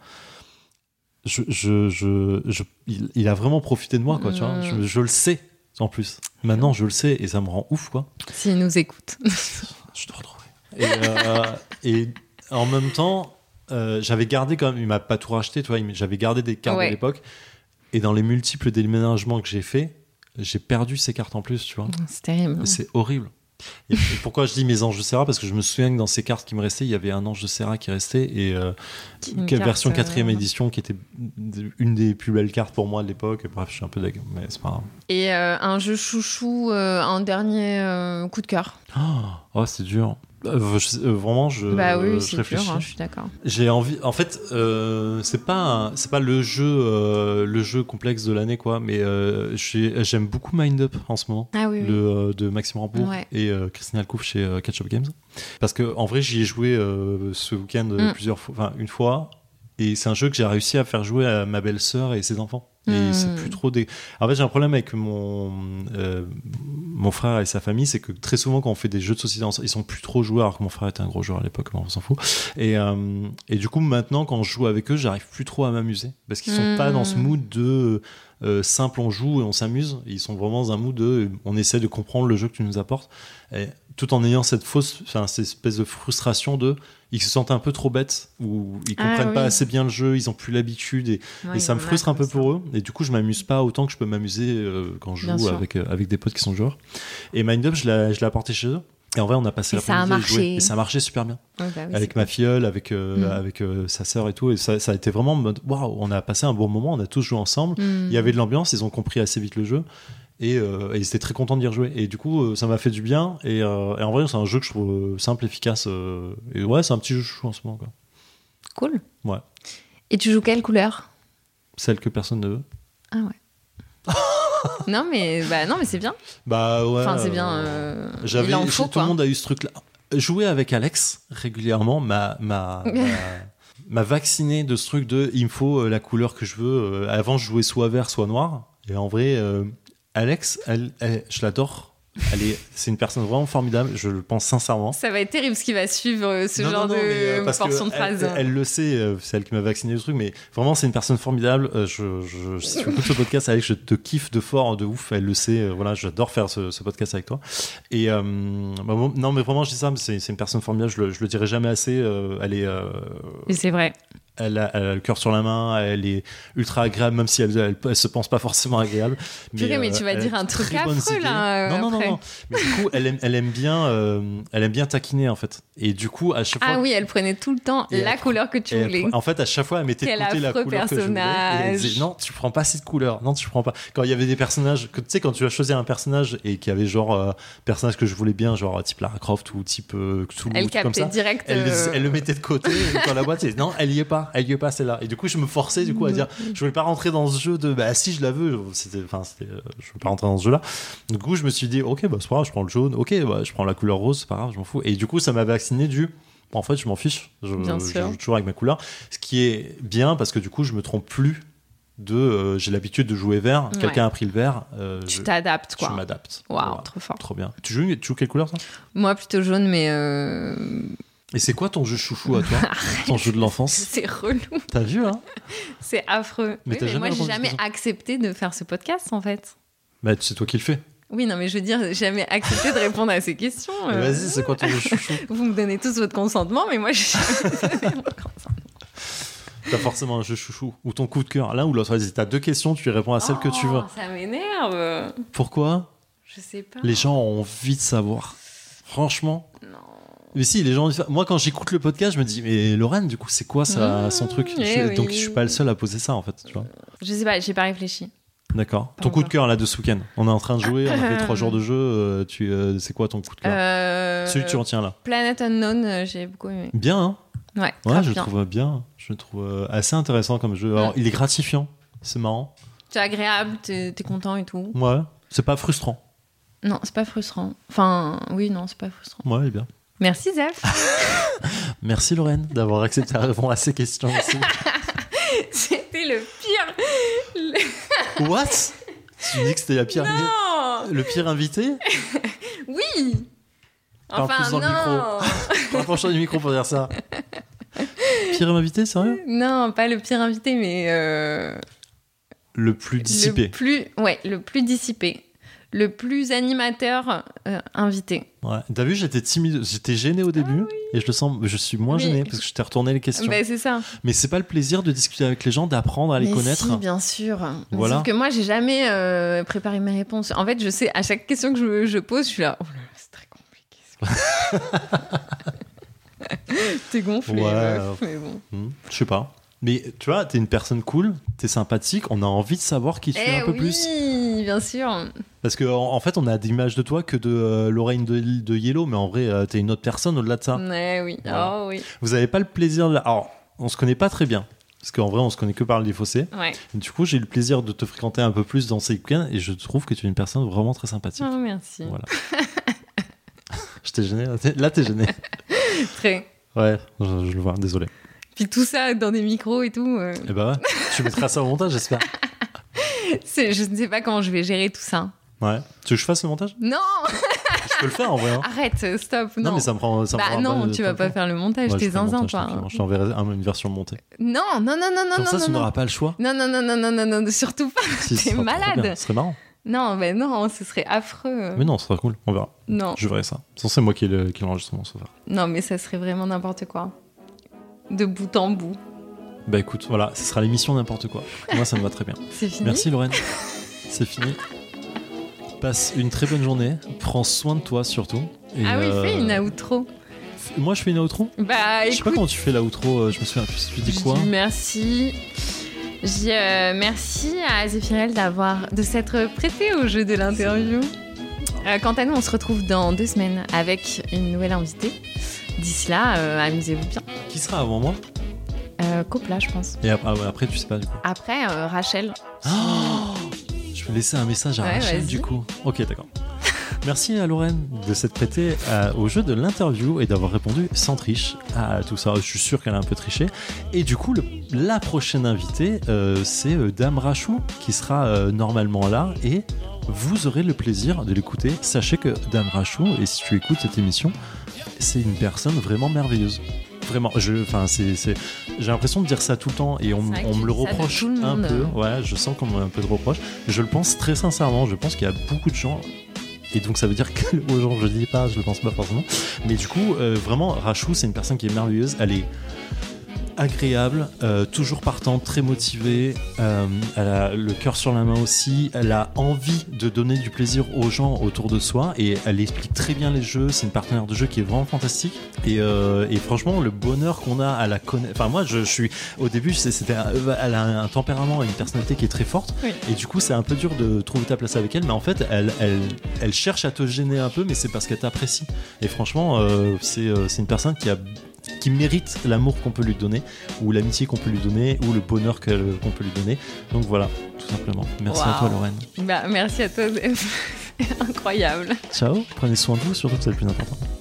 Il a vraiment profité de moi, quoi, tu vois. Je le sais, en plus. Maintenant, je le sais et ça me rend ouf, quoi. S'il nous écoute. Je dois retrouver. Et en même temps, j'avais gardé quand même, il m'a pas tout racheté, tu vois, j'avais gardé des cartes de l'époque. Et dans les multiples déménagements que j'ai fait, j'ai perdu ces cartes en plus, tu vois. C'est terrible. C'est horrible. Et pourquoi je dis mes anges de Serra, parce que je me souviens que dans ces cartes qui me restaient il y avait un ange de Serra qui restait et version 4ème édition qui était une des plus belles cartes pour moi de l'époque. Bref, je suis un peu deg, mais c'est pas grave. Et un jeu chouchou, un dernier coup de cœur. Oh, c'est dur. Vraiment, je réfléchis. Dur, hein, je suis d'accord. J'ai envie. En fait, c'est pas le jeu complexe de l'année, quoi. Mais j'aime beaucoup Mind Up en ce moment. Ah oui. De Maxime Rambourg et Christine Alcouf chez Catch Up Games. Parce que en vrai, j'y ai joué ce week-end plusieurs fois, enfin une fois. Et c'est un jeu que j'ai réussi à faire jouer à ma belle-sœur et ses enfants. Et c'est plus trop En fait, j'ai un problème avec mon frère et sa famille, c'est que très souvent quand on fait des jeux de société ensemble, ils sont plus trop joueurs, alors que mon frère était un gros joueur à l'époque, on s'en fout. Et du coup, maintenant, quand je joue avec eux, j'arrive plus trop à m'amuser. Parce qu'ils sont pas dans ce mood de simple, on joue et on s'amuse. Ils sont vraiment dans un mood de on essaie de comprendre le jeu que tu nous apportes. Et tout en ayant cette espèce de frustration de ils se sentent un peu trop bêtes ou ils comprennent pas assez bien le jeu, ils ont plus l'habitude et ça me frustre un peu pour eux. Et du coup, je m'amuse pas autant que je peux m'amuser quand je joue avec des potes qui sont joueurs. Et Mind Up, je l'ai apporté chez eux. Et en vrai, on a passé l'après-midi à jouer. Et ça a marché super bien. Avec ma filleule, avec sa sœur et tout. Et ça a été vraiment en mode waouh, on a passé un bon moment, on a tous joué ensemble. Il y avait de l'ambiance, ils ont compris assez vite le jeu. Et ils étaient très contents d'y rejouer. Et du coup, ça m'a fait du bien. Et en vrai, c'est un jeu que je trouve simple, efficace. Et ouais, c'est un petit jeu chou en ce moment, quoi. Cool. Ouais. Et tu joues quelle couleur ? Celle que personne ne veut. Ah ouais. non mais c'est bien. Bah ouais. Enfin, c'est bien. Il en faut, tout le monde a eu ce truc-là. Jouer avec Alex régulièrement m'a vacciné de ce truc de il me faut la couleur que je veux. Avant, je jouais soit vert, soit noir. Et en vrai, Alex, je l'adore. C'est une personne vraiment formidable, je le pense sincèrement. Ça va être terrible ce qui va suivre ce genre de portion de phrase. Elle le sait, c'est elle qui m'a vacciné le truc, mais vraiment c'est une personne formidable. Si tu écoutes ce podcast, Alex, je te kiffe de fort, de ouf. Elle le sait. Voilà, j'adore faire ce podcast avec toi. Et non, mais vraiment, je dis ça, mais c'est une personne formidable. Je le dirai jamais assez. Elle est. Et c'est vrai. Elle a le cœur sur la main, elle est ultra agréable, même si elle se pense pas forcément agréable. Mais tu vas dire un truc affreux là. Non. Mais du coup, elle aime bien taquiner en fait. Et du coup, à chaque fois. Ah oui, elle prenait tout le temps la couleur que tu voulais. En fait, à chaque fois, elle mettait de côté la couleur que je voulais. Et elle disait non, tu prends pas cette couleur. Non, tu prends pas. Quand il y avait des personnages, tu sais, quand tu as choisi un personnage et qu'il y avait genre personnage que je voulais bien, genre type Lara Croft ou type Cthulhu, elle comme ça. Direct. Elle le mettait de côté dans la boîte. Et non, elle y est pas, celle-là. Et du coup, je me forçais à dire, je voulais pas rentrer dans ce jeu de, si je la veux, je veux pas rentrer dans ce jeu-là. Du coup, je me suis dit, ok, c'est pas grave, je prends le jaune, ok, je prends la couleur rose, c'est pas grave, je m'en fous. Et du coup, ça m'a vacciné en fait, je m'en fiche. Je joue toujours avec ma couleur. Ce qui est bien parce que du coup, je me trompe plus j'ai l'habitude de jouer vert. Quelqu'un a pris le vert. Tu t'adaptes, quoi. Je m'adapte. Waouh, voilà. trop fort. Trop bien. Tu joues quelle couleur, toi ? Moi, plutôt jaune, mais. Et c'est quoi ton jeu chouchou à toi ? Ton jeu de l'enfance ? C'est relou. T'as vu, hein ? C'est affreux. Mais moi, j'ai jamais accepté de faire ce podcast, en fait. Bah, c'est toi qui le fais. Oui, non, mais je veux dire, j'ai jamais accepté de répondre à ces questions. Vas-y, c'est quoi ton jeu chouchou ? Vous me donnez tous votre consentement, mais moi, je jamais donné mon consentement. T'as forcément un jeu chouchou ou ton coup de cœur, l'un ou l'autre. Vas-y, t'as deux questions, tu y réponds à celle que tu veux. Ça m'énerve. Pourquoi ? Je sais pas. Les gens ont envie de savoir. Franchement. Non. Mais si, les gens. Moi, quand j'écoute le podcast, je me dis, mais Lorraine, du coup, c'est quoi son truc Donc, je suis pas le seul à poser ça, en fait. Tu vois. Je sais pas, j'ai pas réfléchi. D'accord. Ton coup de cœur, là, de ce week-end. On est en train de jouer, on a fait 3 jours de jeu. C'est quoi ton coup de cœur Celui que tu retiens là. Planet Unknown, j'ai beaucoup aimé. Bien, hein. Ouais, je le trouve bien. Je le trouve assez intéressant comme jeu. Alors, il est gratifiant. C'est marrant. C'est agréable, t'es content et tout. Ouais. C'est pas frustrant. Non, c'est pas frustrant. Enfin, oui, non, c'est pas frustrant. Ouais, il est bien. Merci, Zef. Merci, Lorraine, d'avoir accepté de répondre à ces questions aussi. C'était le pire. What? Tu dis que c'était la pire. Non. Le pire invité? Oui. Parle Enfin, plus dans non. le micro. Rapproche-toi du micro pour dire ça. Pire invité, sérieux? Non, pas le pire invité, mais... Le plus dissipé. Le plus dissipé. Le plus animateur invité. Ouais. T'as vu, j'étais timide, j'étais gêné au début, et je suis moins gêné parce que je t'ai retourné les questions. Bah, c'est ça. Mais c'est pas le plaisir de discuter avec les gens, d'apprendre à les connaître. Si, bien sûr. Voilà. Sauf que moi, j'ai jamais préparé mes réponses. En fait, je sais, à chaque question que je pose, je suis là, oh là là, c'est très compliqué. T'es gonflé, meuf, mais bon. Je sais pas. Mais tu vois, t'es une personne cool, t'es sympathique, on a envie de savoir qui tu es un peu plus. Oui, bien sûr. Parce qu'en fait, on a d'image de toi que de Lorraine de Yellow, mais en vrai, t'es une autre personne au-delà de ça. Ouais, oui. Voilà. Oh, oui. Vous avez pas le plaisir de... Alors, on se connaît pas très bien. Parce qu'en vrai, on se connaît que par le défaussé. Ouais. Du coup, j'ai eu le plaisir de te fréquenter un peu plus dans ces week-ends et je trouve que tu es une personne vraiment très sympathique. Oh, merci. Voilà. Je t'ai gêné. Là, t'es gêné. Très. Ouais, je le vois, désolé. Puis tout ça dans des micros et tout. Eh bah ouais, tu mettras ça au montage, j'espère. Je ne sais pas comment je vais gérer tout ça. Ouais. Tu veux que je fasse le montage? Non. Je peux le faire en vrai. Hein. Arrête, stop. Non, mais ça me prend. Non, tu vas pas faire le montage, t'es zinzin, toi. Je t'enverrai une version montée. Non. Comme ça, tu n'auras pas le choix. Non, surtout pas. T'es malade. Ce serait marrant. Non, mais non, ce serait affreux. Mais non, ce serait cool, on verra. Non. Je verrai ça. C'est moi qui ai l'enregistrement, ça va. Non, mais ça serait vraiment n'importe quoi. De bout en bout. Bah écoute, voilà, ce sera l'émission n'importe quoi. Moi, ça me va très bien. C'est fini. Merci Lorraine. C'est fini. Passe une très bonne journée. Prends soin de toi surtout. Et oui, fais une outro. Moi, je fais une outro. Bah écoute. Je sais pas comment tu fais la outro. Je me souviens plus. Tu dis quoi? Merci. Merci à Zéphirel de s'être prêté au jeu de l'interview. Quant à nous, on se retrouve dans 2 semaines avec une nouvelle invitée. D'ici là, amusez-vous bien. Qui sera avant moi? Copla, je pense. Et après, tu sais pas du coup. Après, Rachel. Oh, je vais laisser un message à Rachel vas-y. du coup. Ok, d'accord. Merci à Lorraine de s'être prêtée au jeu de l'interview et d'avoir répondu sans triche à tout ça. Je suis sûr qu'elle a un peu triché. Et du coup, la prochaine invitée, c'est Dame Rachou qui sera normalement là et vous aurez le plaisir de l'écouter. Sachez que Dame Rachou, et si tu écoutes cette émission, c'est une personne vraiment merveilleuse. Vraiment, j'ai l'impression de dire ça tout le temps et on me le reproche un peu. Ouais, je sens qu'on m'a un peu de reproche. Je le pense très sincèrement. Je pense qu'il y a beaucoup de gens. Et donc ça veut dire que aux gens je le dis pas, je le pense pas forcément. Mais du coup, vraiment, Rachou, c'est une personne qui est merveilleuse. Elle est agréable, toujours partante, très motivée. Elle a le cœur sur la main aussi. Elle a envie de donner du plaisir aux gens autour de soi et elle explique très bien les jeux. C'est une partenaire de jeu qui est vraiment fantastique. Et franchement, le bonheur qu'on a à la connaître. Enfin, moi, je suis au début, elle a un tempérament et une personnalité qui est très forte. Oui. Et du coup, c'est un peu dur de trouver ta place avec elle. Mais en fait, elle cherche à te gêner un peu, mais c'est parce qu'elle t'apprécie. Et franchement, c'est une personne qui mérite l'amour qu'on peut lui donner, ou l'amitié qu'on peut lui donner, ou le bonheur qu'on peut lui donner. Donc voilà, tout simplement. Merci à toi, Lorraine. Merci à toi, incroyable. Ciao, prenez soin de vous, surtout, c'est le plus important.